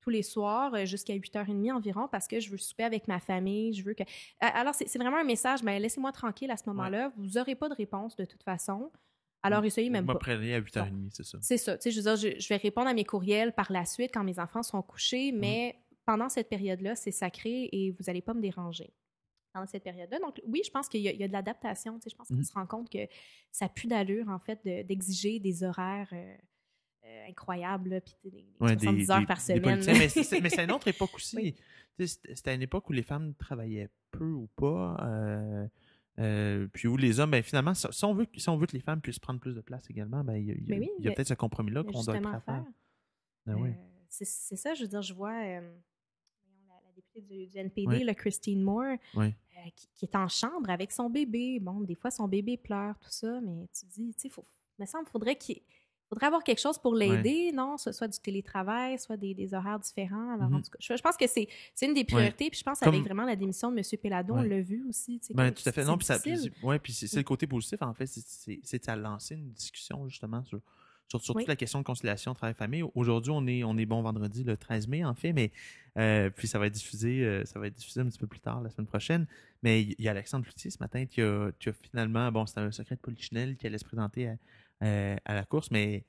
tous les soirs jusqu'à 8h30 environ parce que je veux souper avec ma famille. Je veux que... Alors, c'est vraiment un message, mais laissez-moi tranquille à ce moment-là. Vous n'aurez pas de réponse de toute façon. Alors, essayez Vous même pas. m'apprenez à Bon, 8h30, c'est ça. c'est ça. Tu sais, je veux dire, je vais répondre à mes courriels par la suite quand mes enfants sont couchés, mais pendant cette période-là, c'est sacré et vous n'allez pas me déranger pendant cette période-là. Donc, oui, je pense qu'il y a de l'adaptation. Tu sais, je pense qu'on se rend compte que ça n'a plus d'allure, en fait, d'exiger des horaires incroyables, là, puis des 70 heures par semaine. Mais c'est une autre époque aussi. Oui. C'était une époque où les femmes travaillaient peu ou pas. Puis où les hommes, ben, finalement, si on veut que les femmes puissent prendre plus de place également, ben, il y a peut-être ce compromis-là qu'on doit être à faire. Ben, oui. C'est ça, je veux dire, je vois la députée du NPD, là, Christine Moore, qui est en chambre avec son bébé. Bon, des fois, son bébé pleure, tout ça, mais tu dis, tu sais, il me semble qu'il faudrait avoir quelque chose pour l'aider, non? Soit du télétravail, soit des horaires différents. Alors, en tout cas, je pense que c'est une des priorités. Puis je pense qu'avec vraiment la démission de M. Péladeau, on l'a vu aussi. Ben, tout à fait. Non, puis c'est le côté positif, en fait. C'est ça a lancé une discussion, justement, sur toute la question de conciliation travail-famille. Aujourd'hui, on est bon vendredi, le 13 mai, en fait, mais puis ça va être diffusé un petit peu plus tard, la semaine prochaine. Mais il y a Alexandre Cloutier ce matin qui a finalement, bon, c'était un secret de polichinelle qui allait se présenter à la course, mais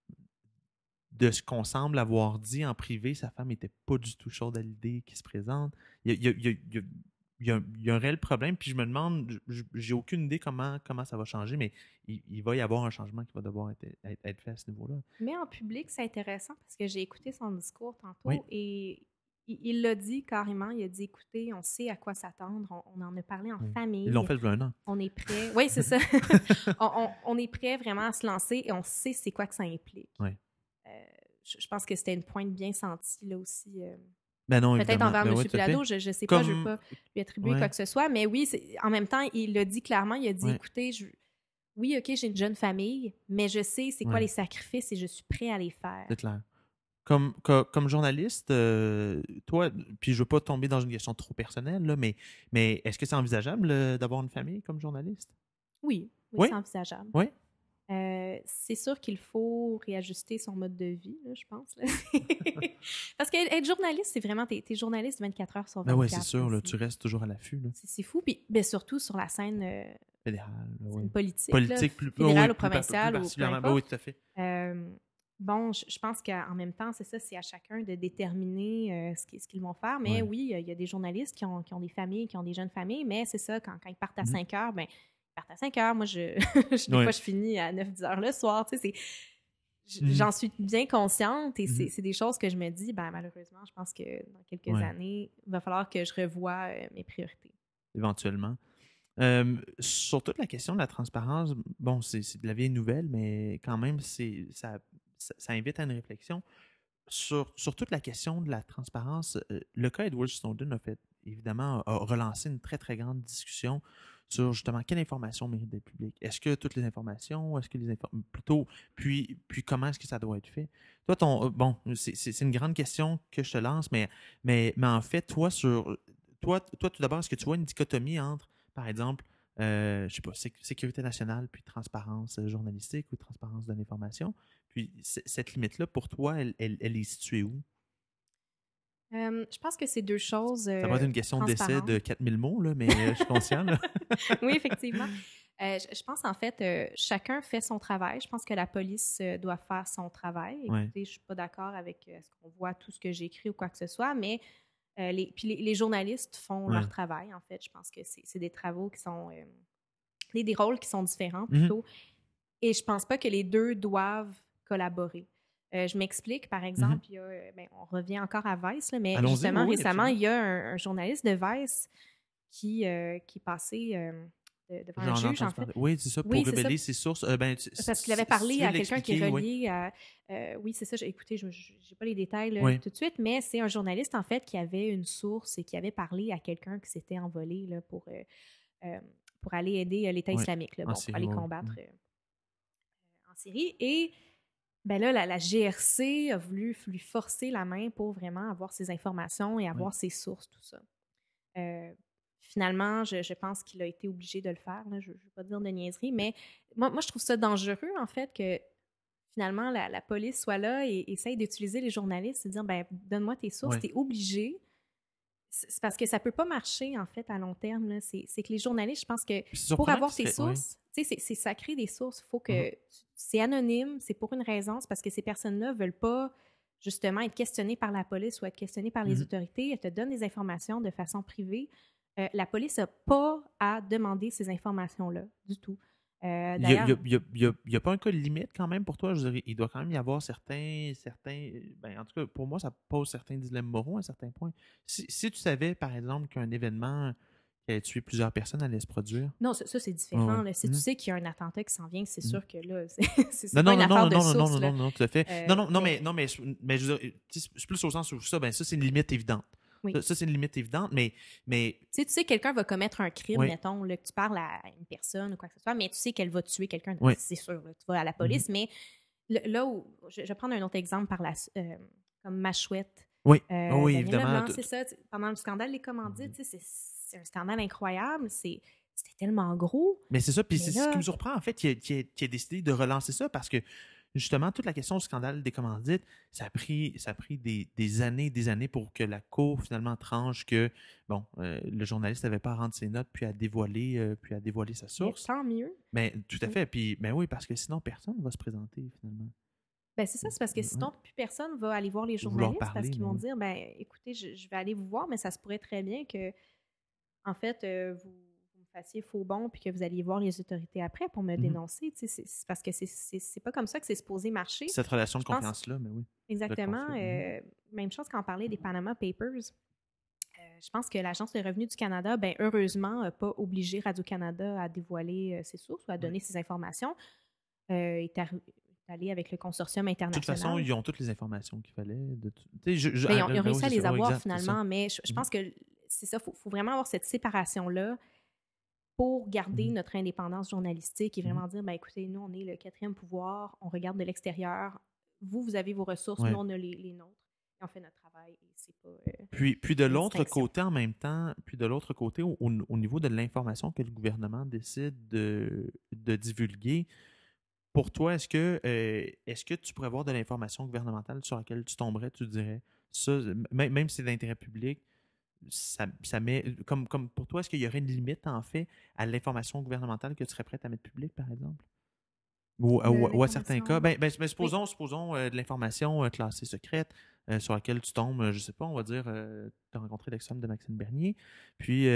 de ce qu'on semble avoir dit en privé, sa femme n'était pas du tout chaude à l'idée qu'il se présente. Il y a un réel problème, puis je me demande, j'ai aucune idée comment ça va changer, mais il va y avoir un changement qui va devoir être fait à ce niveau-là. Mais en public, c'est intéressant parce que j'ai écouté son discours tantôt et il l'a dit carrément. Il a dit, écoutez, on sait à quoi s'attendre. On en a parlé en famille. Ils l'ont fait il y a un an. On est prêt. Oui, c'est ça. on est prêt vraiment à se lancer et on sait c'est quoi que ça implique. Oui. Je pense que c'était une pointe bien sentie là aussi. Ben non, peut-être envers M. Péladeau, je ne sais pas, je ne veux pas lui attribuer quoi que ce soit, mais oui, en même temps, il l'a dit clairement, il a dit, écoutez, oui, OK, j'ai une jeune famille, mais je sais c'est quoi les sacrifices et je suis prêt à les faire. C'est clair. Comme journaliste, toi, puis je veux pas tomber dans une question trop personnelle, là, mais est-ce que c'est envisageable d'avoir une famille comme journaliste? Oui, c'est envisageable. Oui. C'est sûr qu'il faut réajuster son mode de vie, là, je pense. Là. Parce qu'être journaliste, c'est vraiment... T'es journaliste 24 heures sur 24. Oui, c'est sûr. Là, tu restes toujours à l'affût. C'est fou. Puis surtout sur la scène fédérale. Politique. Fédérale ou provinciale. Oui, tout à fait. Bon, je pense qu'en même temps, c'est ça, c'est à chacun de déterminer ce qu'ils vont faire. Mais oui, il y a des journalistes qui ont des familles, qui ont des jeunes familles, mais c'est ça, quand ils partent à 5 heures, ben partent à 5 heures. Moi, des fois, je finis à 9-10 heures le soir. Tu sais, j'en suis bien consciente et c'est des choses que je me dis, ben, malheureusement, je pense que dans quelques années, il va falloir que je revoie mes priorités. Éventuellement. Sur toute la question de la transparence, bon, c'est de la vieille nouvelle, mais quand même, ça invite à une réflexion. Sur toute la question de la transparence, le cas Edward Snowden a relancé une très, très grande discussion sur justement quelle information mérite d'être publique. Est-ce que toutes les informations, plutôt, puis comment est-ce que ça doit être fait? Toi, bon, c'est une grande question que je te lance, mais en fait, toi, tout d'abord, est-ce que tu vois une dichotomie entre, par exemple, je sais pas, sécurité nationale, puis transparence journalistique ou transparence de l'information? Puis cette limite-là, pour toi, elle est située où? Je pense que c'est deux choses. Ça va être une question d'essai de 4000 mots, là, mais je suis conscient. Là. Oui, effectivement. Je pense en fait, chacun fait son travail. Je pense que la police doit faire son travail. Écoutez, je ne suis pas d'accord avec ce qu'on voit, tout ce que j'écris ou quoi que ce soit, mais les journalistes font leur travail, en fait. Je pense que c'est des travaux qui sont... des rôles qui sont différents, plutôt. Et je ne pense pas que les deux doivent collaborer. Je m'explique, par exemple, il y a, on revient encore à Vice, là, mais justement, récemment, il y a un journaliste de Vice qui est passé devant un juge, en fait. Oui, c'est ça, pour révéler ses sources. Parce qu'il avait parlé à quelqu'un qui est relié à... oui, c'est ça. Écoutez, je n'ai pas les détails tout de suite, mais c'est un journaliste, en fait, qui avait une source et qui avait parlé à quelqu'un qui s'était envolé là, pour aller aider l'État islamique, là, pour aller combattre en Syrie. Et ben là, la GRC a voulu lui forcer la main pour vraiment avoir ses informations et avoir ses sources, tout ça. Finalement, je pense qu'il a été obligé de le faire. Là. Je ne veux pas dire de niaiserie, mais moi, je trouve ça dangereux, en fait, que finalement, la police soit là et essaye d'utiliser les journalistes et dire, ben, donne-moi tes sources, Ouais. t'es obligé. C'est parce que ça peut pas marcher, en fait, à long terme, là. C'est que les journalistes, je pense que Puis c'est pour surprenant avoir qu'il tes serait. Ouais. sources, tu sais, c'est sacré des sources. Faut Mhm. que c'est anonyme, c'est pour une raison, c'est parce que ces personnes-là veulent pas justement être questionnées par la police ou être questionnées par les Mhm. autorités. Elles te donnent des informations de façon privée. La police n'a pas à demander ces informations-là du tout. D'ailleurs, Il y a pas un cas limite quand même pour toi? Je dirais, il doit quand même y avoir ben, en tout cas, pour moi, ça pose certains dilemmes moraux à un certain point. Si tu savais, par exemple, qu'un événement qui allait tuer plusieurs personnes allait se produire. non, ça c'est Ouais, différent, ouais. là. Si tu Mhm. sais qu'il y a un attentat qui s'en vient, c'est Mhm. sûr que là, c'est Non, pas non, une non, affaire non, de non, non, non, source, non, là. non, non, tout à fait. Non, non, Mais mais je veux dire, c'est plus au sens où ça, c'est une limite évidente. oui. Ça, c'est une limite évidente, mais, Tu sais que quelqu'un va commettre un crime, oui, mettons, là, que tu parles à une personne ou quoi que ce soit, mais tu sais qu'elle va tuer quelqu'un, oui. c'est sûr, là, tu vas à la Mhm. police, mais là où, je vais prendre un autre exemple comme Machouette, Oui, ah oui, Daniel évidemment. Leblanc, c'est ça, pendant le scandale des commandites, tu sais, c'est un scandale incroyable, c'était tellement gros, Mais c'est ça, puis mais c'est ce qui là, me surprend, en fait, qui a décidé de relancer ça parce que, justement, toute la question du scandale des commandites, ça a pris des années pour que la Cour, finalement, tranche que, bon, le journaliste n'avait pas à rendre ses notes puis à dévoiler sa mais source. tant mieux. Mais tout à Oui. fait, puis, ben oui, parce que sinon, personne ne va se présenter, finalement. Ben c'est ça, c'est parce que Ouais. sinon, plus personne va aller voir les Vouloir journalistes parce parler, qu'ils mais vont oui. dire, ben écoutez, je vais aller vous voir, mais ça se pourrait très bien que en fait, vous me fassiez faux bond puis que vous alliez voir les autorités après pour me Mhm. dénoncer. Tu sais, c'est parce que c'est pas comme ça que c'est supposé marcher. Cette relation de Je pense confiance-là, mais oui, doit être exactement. construite. Mhm. Même chose quand on parlait des Panama Papers. Je pense que l'Agence de revenus du Canada, ben, heureusement, n'a pas obligé Radio-Canada à dévoiler ses sources ou à Ouais. donner ses informations. Est allé avec le consortium De toute façon, international. ils ont toutes les informations qu'il fallait. Tu sais, Ben, ils ont ben oui, réussi à c'est les ça. Oui, avoir exact, c'est ça. finalement, mais je Mhm. pense que c'est ça, faut vraiment avoir cette séparation-là pour garder Mhm. notre indépendance journalistique et Mhm. vraiment dire, ben écoutez, nous, on est le quatrième pouvoir, on regarde de l'extérieur, vous avez vos ressources, nous, Ouais. on a les nôtres, et on fait notre travail, et c'est pas Puis de une l'autre distinction. côté, en même temps, puis de l'autre côté, au niveau de l'information que le gouvernement décide de divulguer, pour toi, est-ce que tu pourrais avoir de l'information gouvernementale sur laquelle tu tomberais, tu dirais, ça, même si c'est d'intérêt public, ça met, comme pour toi, est-ce qu'il y aurait une limite, en fait, à l'information gouvernementale que tu serais prête à mettre publique, par exemple? Ou à certains cas, L'information, oui. supposons de l'information classée secrète sur laquelle tu tombes, je sais pas, on va dire, tu as rencontré l'ex-femme de Maxime Bernier, puis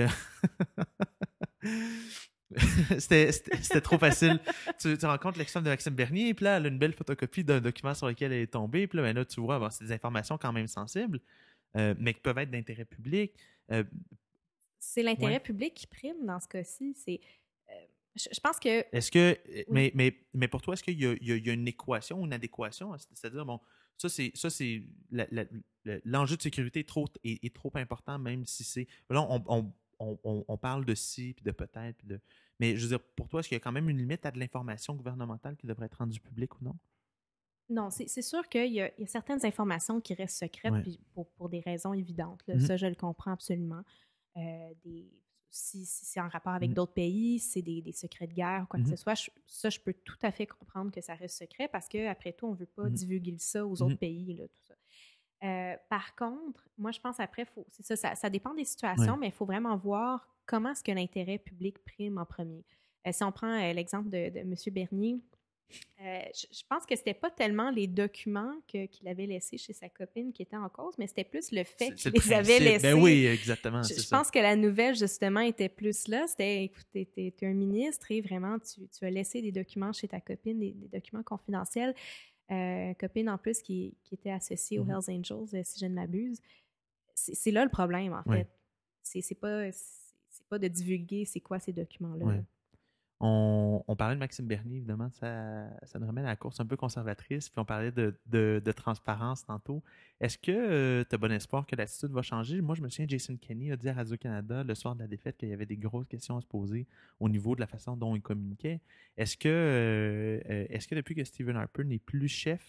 c'était trop facile. Tu rencontres l'ex-femme de Maxime Bernier, puis là, elle a une belle photocopie d'un document sur lequel elle est tombée, puis là, ben là tu vois, bon, c'est des informations quand même sensibles, mais qui peuvent être d'intérêt public. Euh, C'est ouais. l'intérêt public qui prime dans ce cas-ci. Je pense que, Est-ce que, oui, mais pour toi, est-ce qu'il y a, il y a une équation, une adéquation? C'est-à-dire, bon, ça, c'est l'enjeu de sécurité est trop important, même si c'est. Là, on parle de si, puis de peut-être, puis de. Mais je veux dire, pour toi, est-ce qu'il y a quand même une limite à de l'information gouvernementale qui devrait être rendue publique ou non? non, c'est sûr qu'il y a certaines informations qui restent secrètes Ouais. puis pour des raisons évidentes. Là. Mhm. Ça, je le comprends absolument. Des, si c'est en rapport avec Mhm. d'autres pays, si c'est des secrets de guerre ou quoi que Mhm. ce soit, je peux tout à fait comprendre que ça reste secret parce qu'après tout, on ne veut pas Mhm. divulguer ça aux autres Mhm. pays, là, tout ça. Par contre, moi, je pense après, c'est ça dépend des Ouais. situations, mais il faut vraiment voir comment est-ce que l'intérêt public prime en premier. Si on prend l'exemple de M. Bernier, je pense que c'était pas tellement les documents qu'il avait laissés chez sa copine qui étaient en cause, mais c'était plus le fait C'est qu'il le les avait principe. Ben laissés. oui, exactement, c'est Je ça. pense que la nouvelle, justement, était plus là. C'était, écoute, t'es un ministre et vraiment, tu as laissé des documents chez ta copine, des documents confidentiels. Copine, en plus, qui était associée aux Mhm. Hells Angels, si je ne m'abuse. C'est là le problème, en Ouais. fait. C'est pas de divulguer c'est quoi ces documents-là. Là. Ouais. On parlait de Maxime Bernier, évidemment, ça nous ramène à la course un peu conservatrice, puis on parlait de transparence tantôt. Est-ce que tu as bon espoir que l'attitude va changer? Moi, je me souviens, Jason Kenney a dit à Radio-Canada le soir de la défaite qu'il y avait des grosses questions à se poser au niveau de la façon dont il communiquait. Est-ce que depuis que Stephen Harper n'est plus chef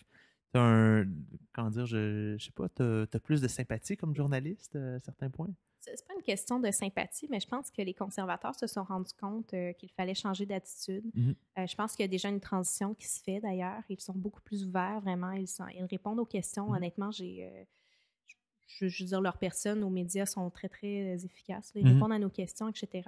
comment dire, je sais pas, t'as plus de sympathie comme journaliste à certains points? C'est pas une question de sympathie, mais je pense que les conservateurs se sont rendus compte qu'il fallait changer d'attitude. Je pense qu'il y a déjà une transition qui se fait d'ailleurs. Ils sont beaucoup plus ouverts, vraiment. Ils répondent aux questions. Honnêtement, je veux dire, leurs personnes aux médias sont très, très efficaces. Là. Ils répondent à nos questions, etc.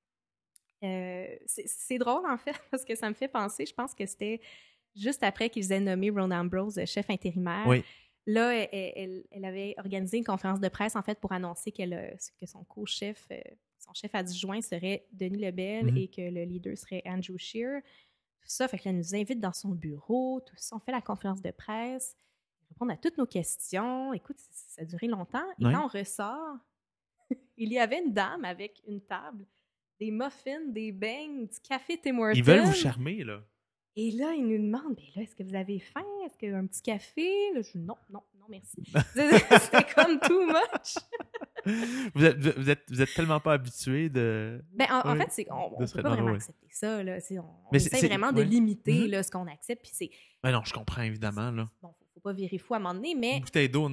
C'est drôle, en fait, parce que ça me fait penser, je pense que c'était juste après qu'ils aient nommé Ron Ambrose chef intérimaire. Oui. Là, elle avait organisé une conférence de presse, en fait, pour annoncer que son co-chef, son chef adjoint serait Denis Lebel et que le leader serait Andrew Scheer. Tout ça, fait qu'elle nous invite dans son bureau, tout ça. On fait la conférence de presse, répondre à toutes nos questions. Écoute, ça a duré longtemps. Et quand on ressort, il y avait une dame avec une table, des muffins, des beignes, du café Tim Hortons. Ils veulent vous charmer, là. Et là, ils nous demandent, ben là, est-ce que vous avez faim? Est-ce qu'il y a un petit café? Là, je dis, non, merci. C'était comme too much. Vous êtes tellement pas habitués de... Ben, en fait, on ne peut pas vraiment accepter ça. Là. On essaie vraiment de limiter là, ce qu'on accepte. Puis ben non, je comprends, évidemment. Là. Bon, faut pas virer fou à un moment donné, mais... Une bouteille d'eau...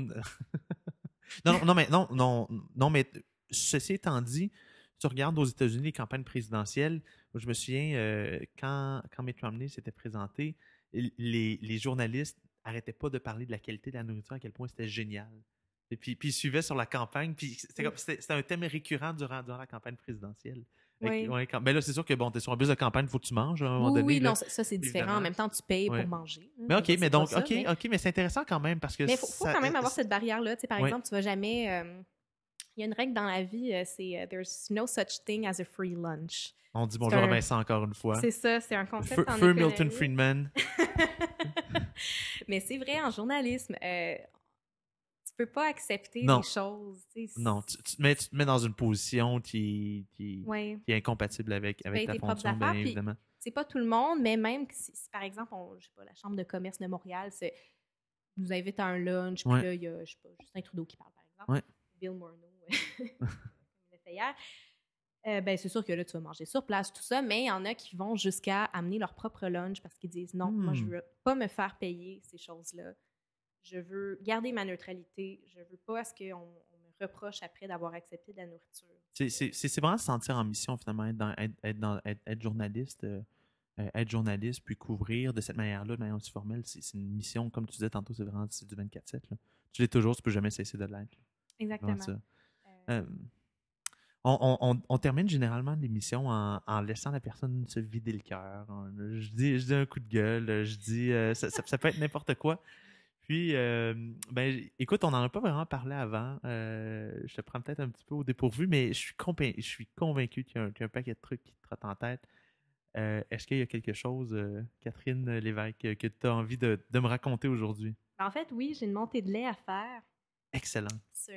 non, mais ceci étant dit, tu regardes aux États-Unis les campagnes présidentielles, je me souviens, quand Mitt Romney s'était présenté, les journalistes n'arrêtaient pas de parler de la qualité de la nourriture, à quel point c'était génial. Et puis ils suivaient sur la campagne, puis c'était un thème récurrent durant la campagne présidentielle. Oui. Ben là, c'est sûr que bon, tu es sur un bus de campagne, il faut que tu manges à un moment donné. Oui, là, non, ça c'est différent. En même temps, tu payes pour manger. Là, mais OK, mais donc, OK, mais c'est intéressant quand même parce que... Mais il faut quand même avoir cette barrière-là. Par exemple, tu vas jamais... Il y a une règle dans la vie, c'est « There's no such thing as a free lunch ». On dit bonjour à Vincent encore une fois. C'est ça, c'est un concept en Feu économie. Milton Friedman. Mais c'est vrai, en journalisme, tu peux pas accepter des choses. Non, tu te mets dans une position qui est incompatible avec ta fonction, bien évidemment. C'est pas tout le monde, mais même si par exemple, je sais pas, la Chambre de commerce de Montréal nous invite à un lunch, puis là, il y a, je sais pas, Justin Trudeau qui parle, par exemple. Bill Morneau, il l'a fait hier. Ben, c'est sûr que là, tu vas manger sur place, tout ça, mais il y en a qui vont jusqu'à amener leur propre lunch parce qu'ils disent non, moi, je veux pas me faire payer ces choses-là. Je veux garder ma neutralité. Je veux pas ce qu'on me reproche après d'avoir accepté de la nourriture. C'est vraiment se sentir en mission, finalement, être journaliste. Être journaliste, puis couvrir de cette manière-là, de manière aussi formelle, c'est une mission, comme tu disais tantôt, c'est vraiment du 24/7. Là. Tu l'es toujours, tu peux jamais cesser de l'être. Exactement. On termine généralement l'émission en laissant la personne se vider le cœur. Je dis un coup de gueule, je dis ça peut être n'importe quoi. Puis, écoute, on n'en a pas vraiment parlé avant. Je te prends peut-être un petit peu au dépourvu, mais je suis convaincu qu'il y a un paquet de trucs qui te trottent en tête. Est-ce qu'il y a quelque chose, Catherine Lévesque, que tu as envie de me raconter aujourd'hui? En fait, oui, j'ai une montée de lait à faire. Excellent.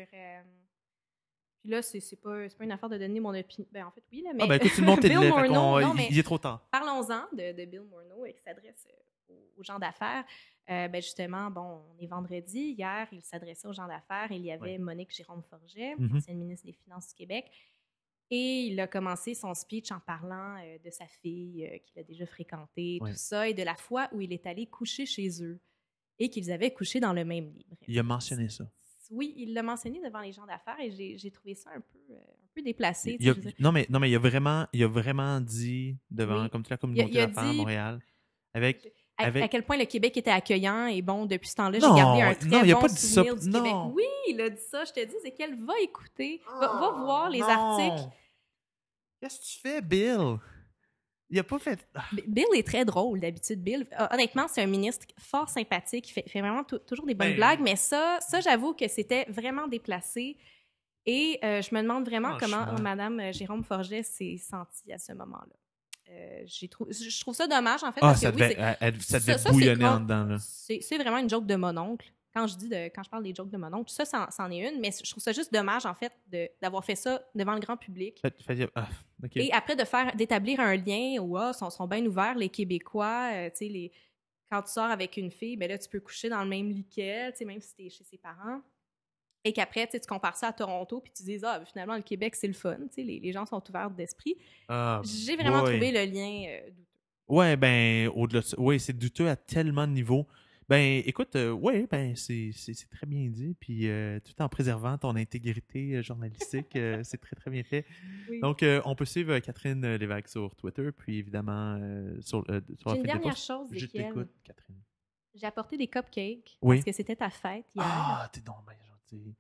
Puis là, c'est pas une affaire de donner mon opinion. Ben, en fait, oui, là, mais... écoute, une montée de lait, il est trop tard. Parlons-en de Bill Morneau qui s'adresse aux gens d'affaires. Justement, bon, on est vendredi. Hier, il s'adressait aux gens d'affaires. Il y avait Monique Jérôme-Forget, ancienne ministre des Finances du Québec. Et il a commencé son speech en parlant de sa fille qu'il a déjà fréquentée, tout ça, et de la fois où il est allé coucher chez eux et qu'ils avaient couché dans le même lit. Bref. Il a mentionné ça. Oui, il l'a mentionné devant les gens d'affaires et j'ai trouvé ça un peu déplacé. Non, mais il a vraiment dit devant, comme toute la communauté d'affaires à Montréal, à quel point le Québec était accueillant et bon, depuis ce temps-là, j'ai gardé un très bon souvenir du Québec. Oui, il a dit ça, je te dis, c'est qu'elle va écouter, va voir les articles. Qu'est-ce que tu fais, Bill? Il a pas fait... Bill est très drôle, d'habitude. Bill, honnêtement, c'est un ministre fort sympathique, il fait vraiment toujours des bonnes blagues, mais ça, j'avoue que c'était vraiment déplacé. Et je me demande vraiment comment Mme Jérôme Forget s'est sentie à ce moment-là. Je trouve ça dommage, en fait. Parce que, ça devait bouillonner en dedans. Là. C'est vraiment une joke de mon oncle. Quand je parle des jokes de mon oncle, ça, c'en est une, mais je trouve ça juste dommage, en fait, d'avoir fait ça devant le grand public. Okay. Et après, d'établir un lien où sont bien ouverts, les Québécois, quand tu sors avec une fille, ben là, tu peux coucher dans le même lit qu'elle, même si tu es chez ses parents. Et qu'après, tu compares ça à Toronto, puis tu dis, finalement, le Québec, c'est le fun. Les gens sont ouverts d'esprit. J'ai vraiment trouvé le lien douteux. Ouais, au-delà de ça. Oui, c'est douteux à tellement de niveaux. Ben, écoute, ouais, ben, c'est très bien dit. Puis, tout en préservant ton intégrité journalistique, c'est très, très bien fait. Oui. Donc, on peut suivre Catherine Lévesque sur Twitter, puis évidemment, sur la J'ai une fête des dernière posts. chose, Je Étienne. t'écoute, Catherine. J'ai apporté des cupcakes parce Oui. que c'était ta fête hier. Ah, t'es donc bien gentil.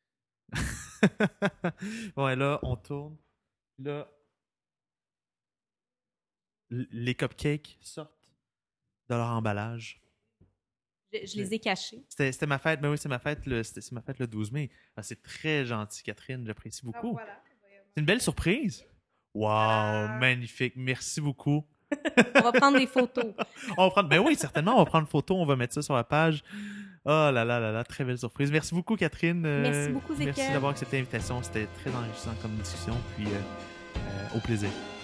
Ouais, là, on tourne. Là, les cupcakes sortent de leur emballage. Je les ai cachés. C'était ma fête, ben oui, c'est ma fête c'est ma fête le 12 mai. Ah, c'est très gentil, Catherine, j'apprécie beaucoup. Voilà. C'est une belle surprise. Wow, magnifique. Merci beaucoup. On va prendre des photos. On va prendre, ben oui, certainement, on va prendre une photo, on va mettre ça sur la page. Oh là là là là, très belle surprise. Merci beaucoup, Catherine. Merci beaucoup, Zéchiel. Merci d'avoir accepté l'invitation. C'était très enrichissant comme discussion. Puis, au plaisir.